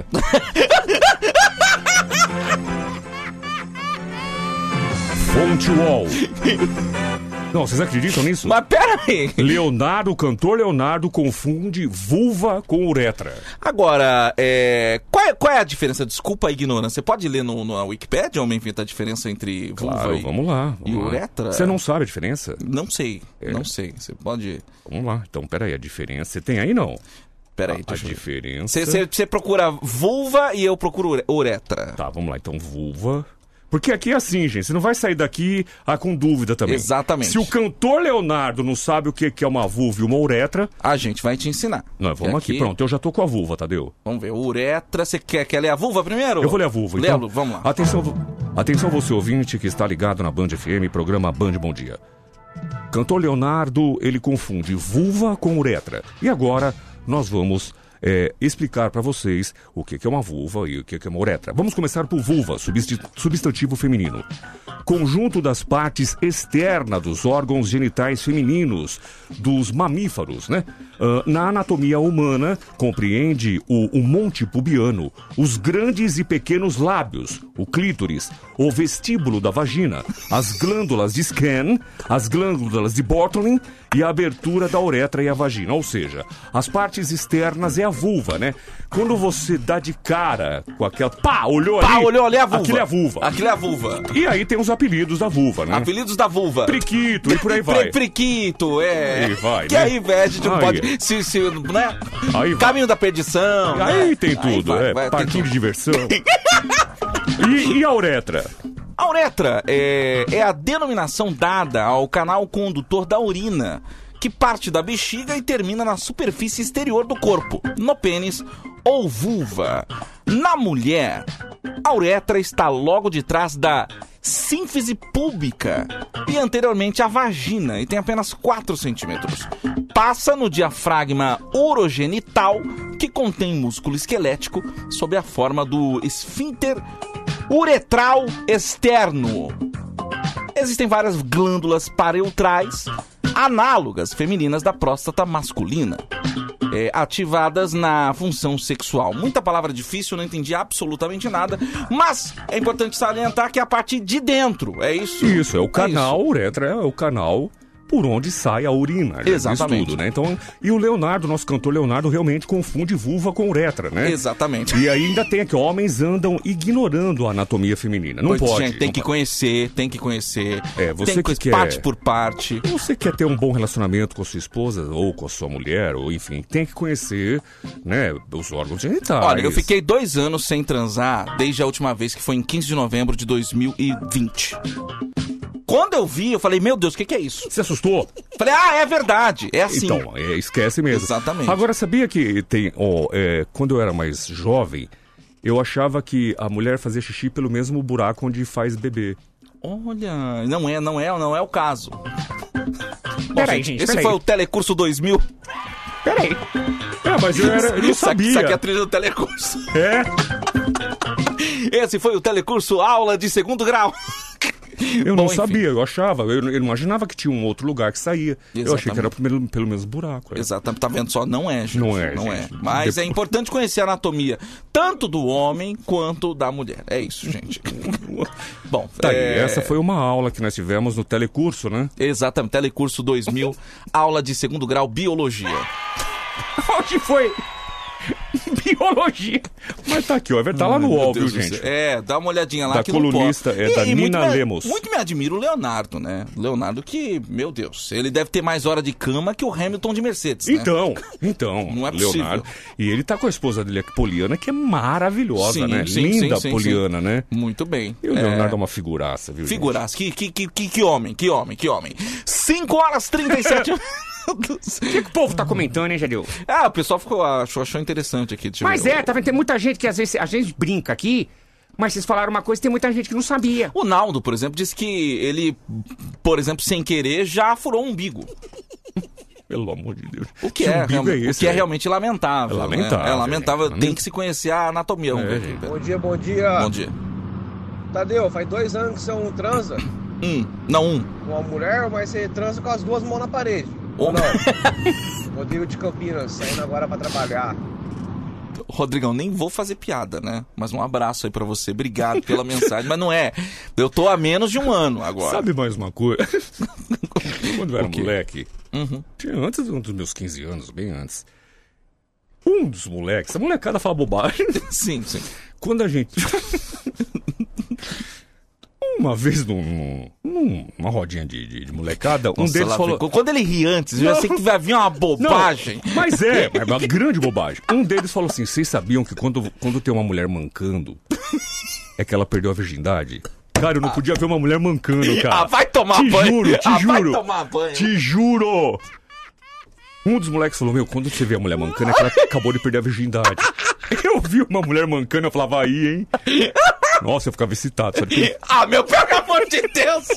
Speaker 5: Fonte U O L. Não, vocês acreditam nisso?
Speaker 3: Mas pera aí.
Speaker 5: Leonardo, o cantor Leonardo confunde vulva com uretra.
Speaker 3: Agora, é... Qual, é, qual é a diferença? Desculpa a ignorância. Você pode ler no, na Wikipédia, homem, inventa a diferença entre vulva
Speaker 5: Claro,
Speaker 3: e...
Speaker 5: vamos lá.
Speaker 3: e
Speaker 5: Vamos lá.
Speaker 3: uretra?
Speaker 5: Você não sabe a diferença?
Speaker 3: Não sei,
Speaker 5: É.
Speaker 3: não sei. Você pode...
Speaker 5: Vamos lá. Então, peraí, a diferença... Você tem aí, não?
Speaker 3: Pera aí,
Speaker 5: a, a
Speaker 3: deixa eu ver.
Speaker 5: diferença...
Speaker 3: Você, você, você procura vulva e eu procuro ure- uretra.
Speaker 5: Tá, vamos lá. Então, vulva... Porque aqui é assim, gente, você não vai sair daqui ah, com dúvida também.
Speaker 3: Exatamente.
Speaker 5: Se o cantor Leonardo não sabe o que que é uma vulva e uma uretra...
Speaker 3: A gente vai te ensinar.
Speaker 5: Não, vamos
Speaker 3: E
Speaker 5: aqui. Pronto, eu já tô com a vulva, Tadeu.
Speaker 3: Vamos ver, uretra, você quer, quer ler a vulva primeiro?
Speaker 5: Eu vou ler a vulva,
Speaker 3: Lê
Speaker 5: então.
Speaker 3: a- vamos lá.
Speaker 5: Atenção, vo- atenção você ouvinte que está ligado na Band F M, programa Band Bom Dia. Cantor Leonardo, ele confunde vulva com uretra. E agora nós vamos é, explicar para vocês o que que é uma vulva e o que que é uma uretra. Vamos começar por vulva, substi- substantivo feminino. Conjunto das partes externas dos órgãos genitais femininos, dos mamíferos, né? Ah, na anatomia humana, compreende o, o monte pubiano, os grandes e pequenos lábios, o clítoris, o vestíbulo da vagina, as glândulas de Skene, as glândulas de Bartholin e a abertura da uretra e a vagina. Ou seja, as partes externas é a vulva, né? Quando você dá de cara com aquela... Pá, olhou ali...
Speaker 3: Pá, olhou ali a vulva.
Speaker 5: Aquilo é a vulva.
Speaker 3: Aquilo é a vulva.
Speaker 5: E aí tem os apelidos da vulva, né?
Speaker 3: Apelidos da vulva.
Speaker 5: Priquito e por aí vai.
Speaker 3: Pri- Priquito, é.
Speaker 5: Aí vai,
Speaker 3: que
Speaker 5: né?
Speaker 3: aí, velho, a gente não
Speaker 5: Aí.
Speaker 3: pode... Se, se, né?
Speaker 5: Aí vai.
Speaker 3: Caminho da perdição.
Speaker 5: Aí
Speaker 3: né?
Speaker 5: tem tudo,
Speaker 3: vai,
Speaker 5: é.
Speaker 3: vai, tem
Speaker 5: Parquinho
Speaker 3: tudo.
Speaker 5: de diversão. e, e a uretra?
Speaker 3: A uretra é, é a denominação dada ao canal condutor da urina, que parte da bexiga e termina na superfície exterior do corpo, no pênis ou vulva. Na mulher, a uretra está logo de trás da sínfise púbica e anteriormente a vagina, e tem apenas quatro centímetros. Passa no diafragma urogenital, que contém músculo esquelético sob a forma do esfíncter uretral externo. Existem várias glândulas pareutrais, análogas femininas da próstata masculina. É, ativadas na função sexual. Muita palavra difícil, não entendi absolutamente nada, mas é importante salientar que é a parte de dentro, é isso?
Speaker 5: Isso, é o canal, é uretra, é o canal por onde sai a urina.
Speaker 3: Exatamente.
Speaker 5: Tudo, né? Então, e o Leonardo, nosso cantor Leonardo, realmente confunde vulva com uretra, né?
Speaker 3: Exatamente.
Speaker 5: E ainda tem aqui, homens andam ignorando a anatomia feminina. Não
Speaker 3: pois,
Speaker 5: pode.
Speaker 3: Gente, tem
Speaker 5: não
Speaker 3: que
Speaker 5: pode.
Speaker 3: conhecer, tem que conhecer.
Speaker 5: É, você
Speaker 3: tem
Speaker 5: que
Speaker 3: que
Speaker 5: quer...
Speaker 3: parte por parte.
Speaker 5: Você quer ter um bom relacionamento com a sua esposa, ou com a sua mulher, ou enfim, tem que conhecer, né, os órgãos genitais.
Speaker 3: Olha, eu fiquei dois anos sem transar desde a última vez, que foi em quinze de novembro de dois mil e vinte. Quando eu vi, eu falei, meu Deus, o que, que é isso?
Speaker 5: Você assustou?
Speaker 3: Falei, ah, é verdade, é assim.
Speaker 5: Então, é, esquece mesmo.
Speaker 3: Exatamente.
Speaker 5: Agora, sabia que tem, ó, é, quando eu era mais jovem, eu achava que a mulher fazia xixi pelo mesmo buraco onde faz bebê.
Speaker 3: Olha, não é, não é, não é o caso.
Speaker 10: Peraí, gente,
Speaker 3: esse
Speaker 10: peraí.
Speaker 3: foi o Telecurso dois mil.
Speaker 10: Peraí.
Speaker 5: É, mas eu, era, eu não
Speaker 3: Isso aqui,
Speaker 5: sabia.
Speaker 3: isso aqui é a trilha do Telecurso.
Speaker 5: É?
Speaker 3: Esse foi o Telecurso Aula de Segundo Grau.
Speaker 5: Eu
Speaker 3: Bom,
Speaker 5: não
Speaker 3: enfim.
Speaker 5: sabia, eu achava, eu, eu não imaginava que tinha um outro lugar que saía. Eu achei que era
Speaker 3: Exatamente.
Speaker 5: pelo, pelo mesmo buraco. É.
Speaker 3: Exatamente, tá vendo só? Não é, gente.
Speaker 5: Não é,
Speaker 3: Não
Speaker 5: gente.
Speaker 3: é. Mas
Speaker 5: Depois-
Speaker 3: é importante conhecer a anatomia, tanto do homem quanto da mulher. É isso, gente. Bom,
Speaker 5: Tá
Speaker 3: é...
Speaker 5: aí, essa foi uma aula que nós tivemos no Telecurso, né?
Speaker 3: Exatamente, Telecurso dois mil, aula de segundo grau, Biologia.
Speaker 10: Onde foi? Biologia.
Speaker 5: Mas tá aqui, ó, tá lá no
Speaker 3: Meu
Speaker 5: U O L, viu,
Speaker 3: Deus do
Speaker 5: gente?
Speaker 3: céu. É, dá uma olhadinha lá
Speaker 5: Da
Speaker 3: que não
Speaker 5: colunista,
Speaker 3: pode.
Speaker 5: é da Nina
Speaker 3: muito me-
Speaker 5: Lemos.
Speaker 3: Muito me admira o Leonardo, né? Leonardo que, meu Deus, ele deve ter mais hora de cama que o Hamilton de Mercedes, né?
Speaker 5: Então, então,
Speaker 3: Não é possível.
Speaker 5: Leonardo. E ele tá com a esposa dele, a Poliana, que é maravilhosa,
Speaker 3: Sim,
Speaker 5: né?
Speaker 3: sim,
Speaker 5: Linda
Speaker 3: sim, sim,
Speaker 5: Poliana,
Speaker 3: sim.
Speaker 5: né?
Speaker 3: Muito bem.
Speaker 5: E o
Speaker 3: É.
Speaker 5: Leonardo é uma figuraça, viu? gente?
Speaker 3: Figuraça. Que, que, que, que, que homem, que homem, que homem. cinco horas e trinta e sete minutos.
Speaker 10: O que, que o povo tá comentando, hein, Jadil?
Speaker 3: Ah, o pessoal ficou, achou, achou interessante aqui. deixa eu
Speaker 10: Mas
Speaker 3: ver.
Speaker 10: é, tá vendo? Tem muita gente que às vezes a gente brinca aqui, mas vocês falaram uma coisa e tem muita gente que não sabia.
Speaker 3: O Naldo, por exemplo, disse que ele, por exemplo, sem querer, já furou um umbigo.
Speaker 5: Pelo amor de Deus.
Speaker 3: O que, é,
Speaker 5: umbigo
Speaker 3: realmente,
Speaker 5: é
Speaker 3: o
Speaker 5: esse,
Speaker 3: que é
Speaker 5: velho?
Speaker 3: realmente lamentável.
Speaker 5: É lamentável,
Speaker 3: Né? É lamentável,
Speaker 5: gente.
Speaker 3: tem que se conhecer a anatomia.
Speaker 5: É,
Speaker 3: gente.
Speaker 12: Bom dia, bom dia.
Speaker 3: Bom dia.
Speaker 12: Tadeu, faz dois anos que você não transa
Speaker 3: Um, não um.
Speaker 12: com uma mulher, mas você transa com as duas mãos na parede.
Speaker 3: Um.
Speaker 12: Ou não? Rodrigo de Campinas, saindo agora pra trabalhar.
Speaker 3: Rodrigão, nem vou fazer piada, né? Mas um abraço aí pra você. Obrigado pela mensagem. Mas não é. Eu tô há menos de um ano agora.
Speaker 5: Sabe mais uma coisa? Quando eu era
Speaker 3: O quê?
Speaker 5: moleque,
Speaker 3: Uhum.
Speaker 5: tinha antes dos meus quinze anos, bem antes, um dos moleques, a molecada fala bobagem.
Speaker 3: Sim, sim.
Speaker 5: Quando a gente... Uma vez num, num- numa rodinha de, de- de molecada, um
Speaker 3: Nossa,
Speaker 5: deles
Speaker 3: lá
Speaker 5: falou...
Speaker 3: vem. Quando ele ri antes, eu já
Speaker 5: Não.
Speaker 3: sei que vai vir uma bobagem.
Speaker 5: Não, mas é, é uma grande bobagem. Um deles falou assim, vocês sabiam que quando, quando tem uma mulher mancando, é que ela perdeu a virgindade? Cara, eu não podia ver uma mulher mancando, cara.
Speaker 3: Ah, vai tomar
Speaker 5: te
Speaker 3: banho.
Speaker 5: Juro, te
Speaker 3: Ah, vai
Speaker 5: juro.
Speaker 3: tomar banho.
Speaker 5: Te juro. Um dos moleques falou, meu, quando você vê a mulher mancando, é que ela acabou de perder a virgindade. Eu vi uma mulher mancando, eu falava, aí, hein? Nossa, eu ficava excitado, sabe?
Speaker 3: Ah, meu, pelo amor de Deus!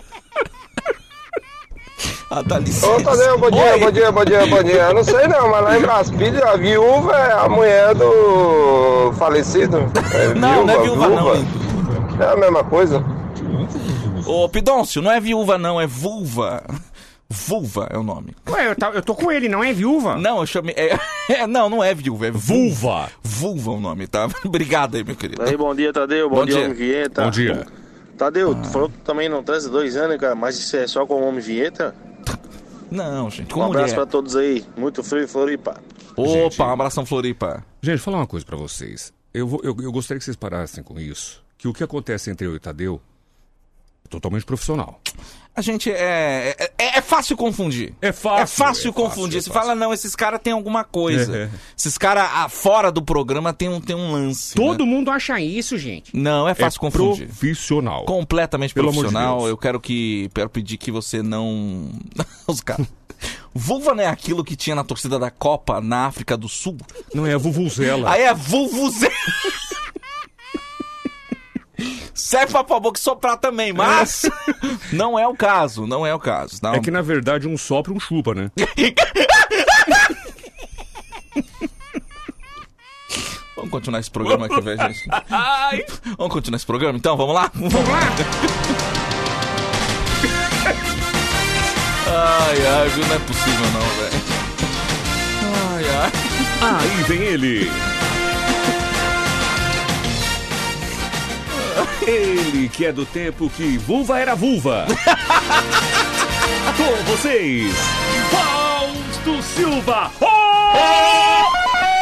Speaker 3: Ah, dá licença.
Speaker 13: Ô, Tadeu, bom dia,
Speaker 3: Oi.
Speaker 13: bom dia, bom dia, bom dia. Eu não sei não, mas lá em Brasília, a viúva é a mulher do falecido. É
Speaker 3: Não, não é viúva, não.
Speaker 13: É a mesma coisa.
Speaker 3: Ô, Pidôncio, não é viúva, não, é vulva. Vulva é o nome.
Speaker 10: Ué, eu, tá- eu tô com ele, não é viúva?
Speaker 3: Não, eu chamei. É, é, não, não é viúva, é
Speaker 5: Vulva.
Speaker 3: Vulva o nome, tá? Obrigado aí, meu querido.
Speaker 14: Aí, bom dia, Tadeu. Bom,
Speaker 3: Bom
Speaker 14: dia,
Speaker 3: dia.
Speaker 14: Homem Vinheta.
Speaker 5: Bom dia.
Speaker 14: Tadeu, tu falou que tu também não transa dois anos, cara, mas isso é só com Homem Vinheta?
Speaker 3: Não, gente,
Speaker 14: Um
Speaker 3: com
Speaker 14: abraço
Speaker 3: mulher.
Speaker 14: pra todos aí. Muito frio em Floripa.
Speaker 3: Opa, um abração, Floripa.
Speaker 5: Gente, falar uma coisa pra vocês. Eu, vou, eu, eu gostaria que vocês parassem com isso. Que o que acontece entre eu e o Tadeu é totalmente profissional.
Speaker 3: A gente é, é. É fácil confundir.
Speaker 5: É fácil.
Speaker 3: É fácil
Speaker 5: é
Speaker 3: confundir.
Speaker 5: é
Speaker 3: Você
Speaker 5: fácil.
Speaker 3: fala, não, esses caras têm alguma coisa.
Speaker 5: É.
Speaker 3: Esses caras fora do programa tem um, tem um lance.
Speaker 10: Todo
Speaker 3: né?
Speaker 10: mundo acha isso, gente.
Speaker 3: Não, é fácil confundir.
Speaker 5: Profissional.
Speaker 3: Completamente
Speaker 5: Pelo amor de
Speaker 3: profissional.
Speaker 5: Deus.
Speaker 3: Eu quero que. Quero pedir que você não. Os caras. Vulva não é aquilo que tinha na torcida da Copa na África do Sul?
Speaker 5: Não é a Vuvuzela.
Speaker 3: Aí é Vuvuzela. Serve pra pôr a boca e soprar também, mas não é o caso, não é o caso. Tá?
Speaker 5: É que na verdade um sopra e um chupa, né?
Speaker 3: Vamos continuar esse programa aqui, velho, gente. Vamos continuar esse programa, então? Vamos lá? Vamos lá? Ai, ai, viu? Não é possível não, velho. Ai, ai.
Speaker 5: Aí vem ele. Ele que é do tempo que vulva era vulva. Com vocês, Fausto Silva. Oh!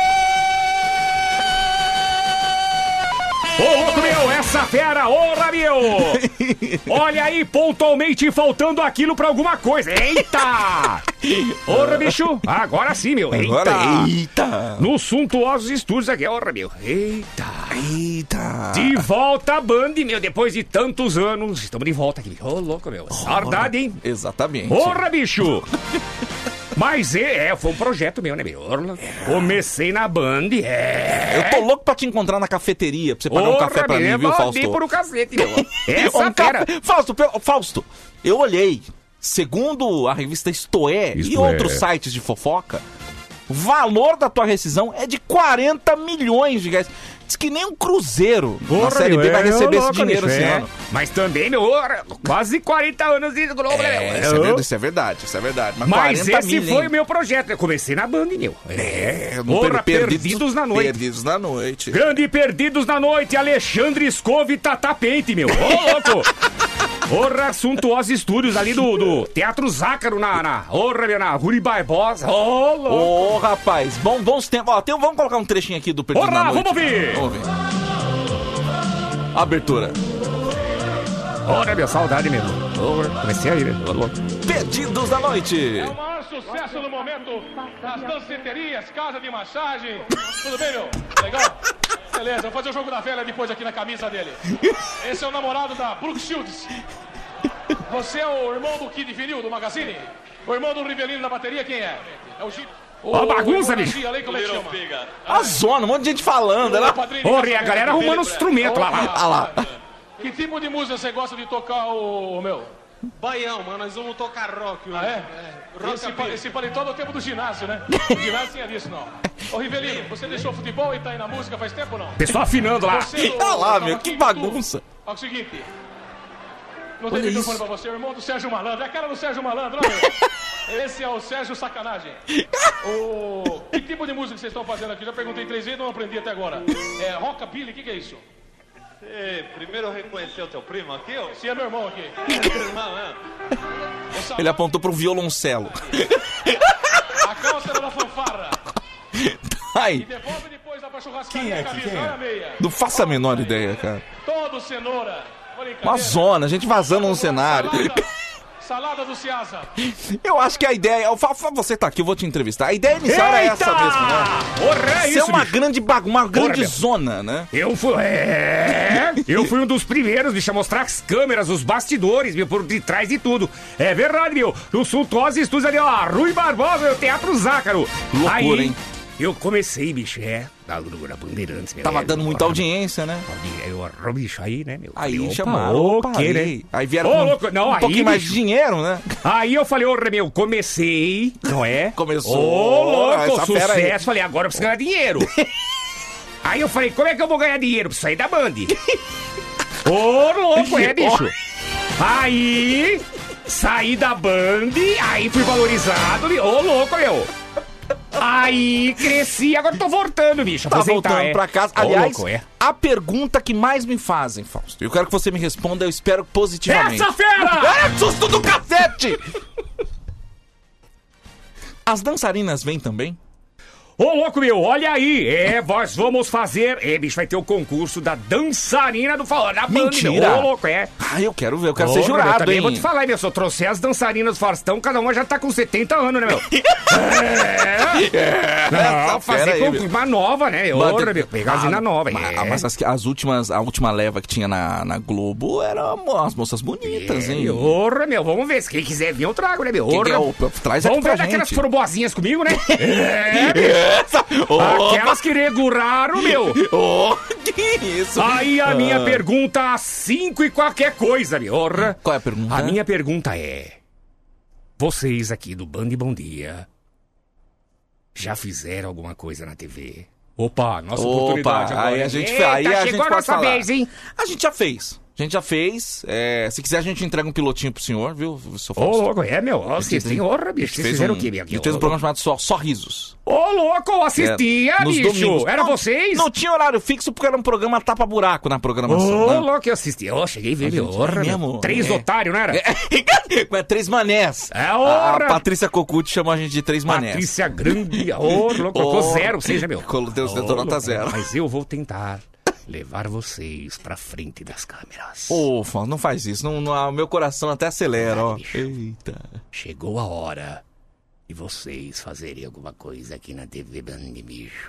Speaker 5: Ô, louco, meu, essa fera, ora, meu! Olha aí, pontualmente faltando aquilo pra alguma coisa. Eita! Ora, bicho, agora sim, meu. Eita!
Speaker 3: Agora, eita!
Speaker 5: Nos suntuosos estúdios aqui, ora, meu. Eita!
Speaker 3: Eita!
Speaker 5: De volta a Band, meu, depois de tantos anos. Estamos de volta aqui. Ô, louco, meu. Saudade, hein?
Speaker 3: Exatamente.
Speaker 5: Ora, bicho! Mas é, é, foi um projeto meu, né, meu? Comecei na Band, é.
Speaker 3: Eu tô louco pra te encontrar na cafeteria, pra você pagar um café pra mim, viu, Fausto?
Speaker 5: por um cacete, meu. Essa
Speaker 3: um
Speaker 5: fera.
Speaker 3: Café... Fausto, Fausto, eu olhei, segundo a revista Istoé
Speaker 5: Isto
Speaker 3: e outros
Speaker 5: é.
Speaker 3: sites de fofoca, o valor da tua rescisão é de quarenta milhões de reais. Diz que nem um cruzeiro
Speaker 5: Porra,
Speaker 3: na Série B
Speaker 5: meu,
Speaker 3: vai
Speaker 5: é,
Speaker 3: receber
Speaker 5: louco,
Speaker 3: esse dinheiro
Speaker 5: bicho,
Speaker 3: esse
Speaker 5: é.
Speaker 3: ano.
Speaker 5: Mas também, meu, quase quarenta anos de Globo,
Speaker 3: É,
Speaker 5: né?
Speaker 3: isso é, verdade, isso é verdade, isso é verdade. Mas,
Speaker 5: Mas
Speaker 3: quarenta
Speaker 5: esse
Speaker 3: mil,
Speaker 5: foi
Speaker 3: hein?
Speaker 5: o meu projeto. Eu comecei na Band, meu.
Speaker 3: É, no
Speaker 5: Porra,
Speaker 3: per-
Speaker 5: Perdidos na Noite.
Speaker 3: Perdidos na Noite.
Speaker 5: Grande Perdidos na Noite, Alexandre Escove e Tata Peite, meu. Ô, louco! Porra, suntuosos estúdios ali do, do Teatro Zácaro na, na, porra, meu, na Rui Barbosa. Ô, louco!
Speaker 3: Ô, rapaz, bom, bons tempos. Ó, tem, vamos colocar um trechinho aqui do Perdidos
Speaker 5: Porra,
Speaker 3: na Noite.
Speaker 5: vamos ouvir!
Speaker 3: Vamos ouvir. Abertura.
Speaker 5: Olha, meu, saudade mesmo. Porra, comecei aí, né? Ô, louco.
Speaker 3: Perdidos da Noite.
Speaker 15: É o maior sucesso no momento das danceterias, casa de massagem. Tudo bem, meu? Legal? Beleza, vou fazer o jogo da velha depois aqui na camisa dele. Esse é o namorado da Brooke Shields. Você é o irmão do Kid Vinil, do Magazine? O irmão do Rivelino da bateria, quem é? É o Gil.
Speaker 5: Ó, bagunça, bicho.
Speaker 15: Como é que chama?
Speaker 3: A zona, um monte de gente falando. Ela...
Speaker 5: Porra, e a galera arrumando os instrumentos lá.
Speaker 3: Olha lá.
Speaker 15: Que tipo de música você gosta de tocar, o, o meu?
Speaker 16: Baião, mano, nós vamos tocar rock hoje.
Speaker 15: Ah, é? é. Esse, pa, esse paletó é do tempo do ginásio, né? O ginásio tinha disso, não. Ô, Rivelino, você deixou o futebol e tá aí na música faz tempo ou não?
Speaker 5: Pessoal afinando lá.
Speaker 15: Você, do,
Speaker 3: Olha lá,
Speaker 15: do
Speaker 3: meu, que bagunça.
Speaker 15: Olha o seguinte. Não
Speaker 3: Olha
Speaker 15: tem microfone
Speaker 3: isso.
Speaker 15: pra você, o irmão do Sérgio Malandro. É a cara do Sérgio Malandro, olha. Esse é o Sérgio Sacanagem. O... Que tipo de música vocês estão fazendo aqui? Já perguntei três vezes e não aprendi até agora. É rockabilly, o que, que é isso?
Speaker 16: Você primeiro reconheceu o teu primo aqui, ó?
Speaker 15: Sim, é meu irmão aqui.
Speaker 16: É teu irmão, é?
Speaker 3: Ele apontou pro violoncelo.
Speaker 15: A calça era da fanfarra. E
Speaker 3: Ai,
Speaker 15: devolve depois lá pra churrascaria
Speaker 3: Quem é
Speaker 15: a
Speaker 3: que-
Speaker 15: camisa.
Speaker 3: quem é?
Speaker 15: Olha a meia.
Speaker 3: não faço a menor ideia, cara.
Speaker 15: Todo cenoura.
Speaker 3: Uma zona, a gente vazando no cenário.
Speaker 15: Salada do Ciasa.
Speaker 3: Eu acho que a ideia. eu fa- fa- Você tá aqui, eu vou te entrevistar. A ideia inicial era
Speaker 5: Eita!
Speaker 3: essa mesmo, né?
Speaker 5: Porra, é
Speaker 3: Ser
Speaker 5: isso,
Speaker 3: uma
Speaker 5: bicho.
Speaker 3: grande bagunça, uma grande
Speaker 5: meu.
Speaker 3: zona, né?
Speaker 5: Eu fui. É, eu fui um dos primeiros, bicho, a mostrar as câmeras, os bastidores, meu, por detrás de tudo. É verdade, meu. No Suntuosos Estúdios ali, ó. Rui Barbosa, o Teatro Zácaro.
Speaker 3: Loucura,
Speaker 5: Aí,
Speaker 3: hein?
Speaker 5: Eu comecei, bicho, é. Da da Bandeirantes, meu.
Speaker 3: Tava
Speaker 5: é,
Speaker 3: dando muita
Speaker 5: ó,
Speaker 3: audiência, né?
Speaker 5: Eu, ó, bicho, aí, né, meu?
Speaker 3: Aí
Speaker 5: Falei, opa,
Speaker 3: chamaram,
Speaker 5: ô,
Speaker 3: opa,
Speaker 5: que,
Speaker 3: aí.
Speaker 5: né?
Speaker 3: Aí vieram
Speaker 5: Ô,
Speaker 3: com
Speaker 5: louco, não,
Speaker 3: um
Speaker 5: aí,
Speaker 3: pouquinho mais de
Speaker 5: bicho.
Speaker 3: dinheiro, né?
Speaker 5: Aí eu falei, ô, meu, comecei, não é?
Speaker 3: Começou.
Speaker 5: Ô, louco,
Speaker 3: Essa fera aí.
Speaker 5: sucesso. Falei, agora eu preciso ganhar dinheiro. Aí eu falei, como é que eu vou ganhar dinheiro? Preciso sair da Band. Ô, louco, é, bicho. Aí, saí da Band, aí fui valorizado. Ô, louco, meu. Aí, cresci, agora tô voltando, bicho.
Speaker 3: Tá
Speaker 5: aposentar,
Speaker 3: voltando
Speaker 5: é.
Speaker 3: pra casa.
Speaker 5: Ô,
Speaker 3: Aliás,
Speaker 5: louco, é.
Speaker 3: a pergunta que mais me fazem, Fausto, eu quero que você me responda, eu espero positivamente.
Speaker 5: Essa fera!
Speaker 3: É, susto do cacete! As dançarinas vêm também?
Speaker 5: Ô, louco, meu, olha aí. É, nós vamos fazer... É, bicho, vai ter o concurso da dançarina do Faustão. Da Band,
Speaker 3: Mentira!
Speaker 5: meu. Ô, louco, é.
Speaker 3: Ah, eu quero ver, eu quero
Speaker 5: Ô,
Speaker 3: ser
Speaker 5: meu,
Speaker 3: jurado,
Speaker 5: também
Speaker 3: hein?
Speaker 5: vou te falar, meu, se eu trouxer as dançarinas do Faustão, cada uma já tá com setenta anos, né, meu? É,
Speaker 3: É,
Speaker 5: não,
Speaker 3: essa
Speaker 5: fazer
Speaker 3: fera aí,
Speaker 5: com
Speaker 3: meu.
Speaker 5: uma nova, né? Ô,
Speaker 3: Mas-
Speaker 5: meu, pegar as
Speaker 3: Ah,
Speaker 5: mina nova,
Speaker 3: mas,
Speaker 5: é.
Speaker 3: mas as, as últimas, a última leva que tinha na, na Globo eram as moças bonitas, hein?
Speaker 5: Porra, meu, vamos ver. Se quem quiser vir, eu trago, né, meu?
Speaker 3: Quem
Speaker 5: Orra.
Speaker 3: quer, opa, traz aqui
Speaker 5: Vamos
Speaker 3: pra
Speaker 5: ver daquelas
Speaker 3: gente.
Speaker 5: que foram boazinhas comigo, né? É, bicho. Aquelas que regularam, meu.
Speaker 3: Oh, que isso?
Speaker 5: Aí a minha
Speaker 3: Ah.
Speaker 5: pergunta, cinco e qualquer coisa, meu. Orra.
Speaker 3: Qual é a pergunta?
Speaker 5: A minha pergunta é... Vocês aqui do Band Bom Dia já fizeram alguma coisa na T V? Opa, nossa
Speaker 3: Opa,
Speaker 5: oportunidade agora.
Speaker 3: aí a
Speaker 5: hein?
Speaker 3: gente,
Speaker 5: Eita,
Speaker 3: aí a gente
Speaker 5: chegou a
Speaker 3: pode
Speaker 5: nossa
Speaker 3: falar.
Speaker 5: vez, hein?
Speaker 3: A gente já fez. A gente já fez. É, se quiser, a gente entrega um pilotinho pro senhor, viu, seu
Speaker 17: Ô,
Speaker 3: Fausto?
Speaker 17: louco, é, meu. Ó, assistem, honra, bicho. Vocês fizeram o quê, meu?
Speaker 3: A gente fez um programa chamado Só, Só Risos.
Speaker 17: Ô, louco, eu assistia,
Speaker 3: É, nos
Speaker 17: bicho.
Speaker 3: domingos.
Speaker 17: Era
Speaker 3: Não,
Speaker 17: vocês?
Speaker 3: Não tinha horário fixo porque era um programa tapa-buraco na programação.
Speaker 17: Ô,
Speaker 3: né?
Speaker 17: louco, eu assistia. Ó, cheguei a ver, meu.
Speaker 3: gente-
Speaker 17: Honra,
Speaker 3: é
Speaker 17: meu.
Speaker 3: mesmo?
Speaker 17: Três
Speaker 3: É.
Speaker 17: otários, não era?
Speaker 3: É três manés.
Speaker 17: É
Speaker 3: a,
Speaker 17: hora.
Speaker 3: a Patrícia Cocucci chamou a gente de três manés.
Speaker 17: Patrícia Grande. Ô, louco, colocou
Speaker 3: Ô,
Speaker 17: zero, seja, meu.
Speaker 3: colo- Deus
Speaker 17: Ô,
Speaker 3: deu nota
Speaker 17: louco,
Speaker 3: zero.
Speaker 17: Mas eu vou tentar levar vocês pra frente das câmeras.
Speaker 3: Ô, Fausto, não faz isso. Não, não, meu coração até acelera, ó. Eita.
Speaker 17: Chegou a hora de vocês fazerem alguma coisa aqui na T V Band, bicho.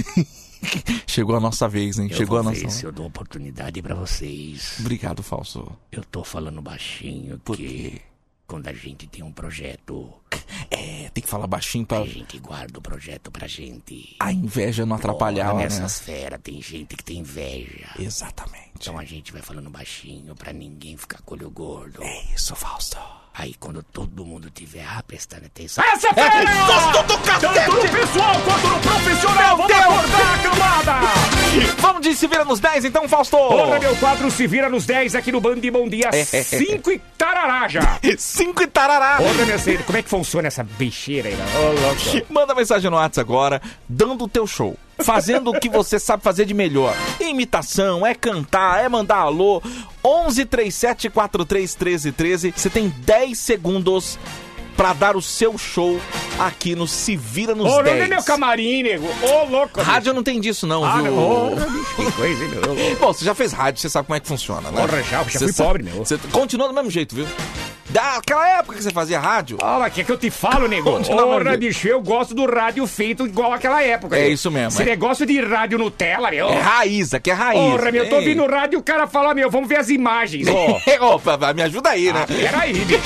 Speaker 3: Chegou a nossa vez, hein?
Speaker 17: Eu
Speaker 3: Chegou
Speaker 17: vou
Speaker 3: a
Speaker 17: ver
Speaker 3: nossa.
Speaker 17: se eu dou oportunidade pra vocês.
Speaker 3: Obrigado, Fausto.
Speaker 17: Eu tô falando baixinho porque quando a gente tem um projeto...
Speaker 3: É, tem que falar baixinho pra...
Speaker 17: A gente guarda o projeto pra gente.
Speaker 3: A inveja não atrapalhar,
Speaker 17: Porra,
Speaker 3: né?
Speaker 17: nessas feras tem gente que tem inveja.
Speaker 3: Exatamente.
Speaker 17: Então a gente vai falando baixinho pra ninguém ficar com o olho gordo.
Speaker 3: É isso, Fausto.
Speaker 17: Aí quando todo mundo tiver ah, prestando atenção...
Speaker 3: Essa fera!
Speaker 17: Tanto no pessoal quanto no profissional! Vamos acordar, camada!
Speaker 3: Vamos de Se Vira nos dez, então, Fausto!
Speaker 17: Olha, meu quadro Se Vira nos dez aqui no Band Bom Dia. Cinco e tarará já!
Speaker 3: Cinco e tarará!
Speaker 17: Olha, meu senhor, como é que funciona essa bicheira aí? Né? Ô, louco.
Speaker 3: Manda mensagem no WhatsApp agora, dando o teu show. Fazendo o que você sabe fazer de melhor. É imitação, é cantar, é mandar alô. onze, trinta e sete, quarenta e três, treze, treze. Você tem dez segundos pra dar o seu show aqui no Se Vira nos
Speaker 17: Ô,
Speaker 3: dez.
Speaker 17: não é meu camarim, nego. Ô, louco.
Speaker 3: Rádio não tem disso, não,
Speaker 17: Ah,
Speaker 3: viu?
Speaker 17: não. Ô, bicho, que coisa, hein, meu?
Speaker 3: Bom, você já fez rádio, você sabe como é que funciona, né?
Speaker 17: Porra, já, já
Speaker 3: Você
Speaker 17: fui
Speaker 3: sabe-
Speaker 17: pobre, meu.
Speaker 3: Você continua do mesmo jeito, viu? Daquela época que você fazia rádio.
Speaker 17: Ah, mas que é que eu te falo, nego?
Speaker 3: Continua do mesmo
Speaker 17: Porra,
Speaker 3: jeito.
Speaker 17: bicho, eu gosto do rádio feito igual aquela época.
Speaker 3: É
Speaker 17: meu.
Speaker 3: isso mesmo,
Speaker 17: Esse
Speaker 3: é.
Speaker 17: negócio de rádio Nutella, meu.
Speaker 3: É raiz, aqui é raiz.
Speaker 17: Porra, meu, eu tô
Speaker 3: Ei.
Speaker 17: ouvindo rádio e o cara fala, meu, vamos ver as imagens, ó.
Speaker 3: Opa, me ajuda aí, né?
Speaker 17: Ah, peraí, bicho.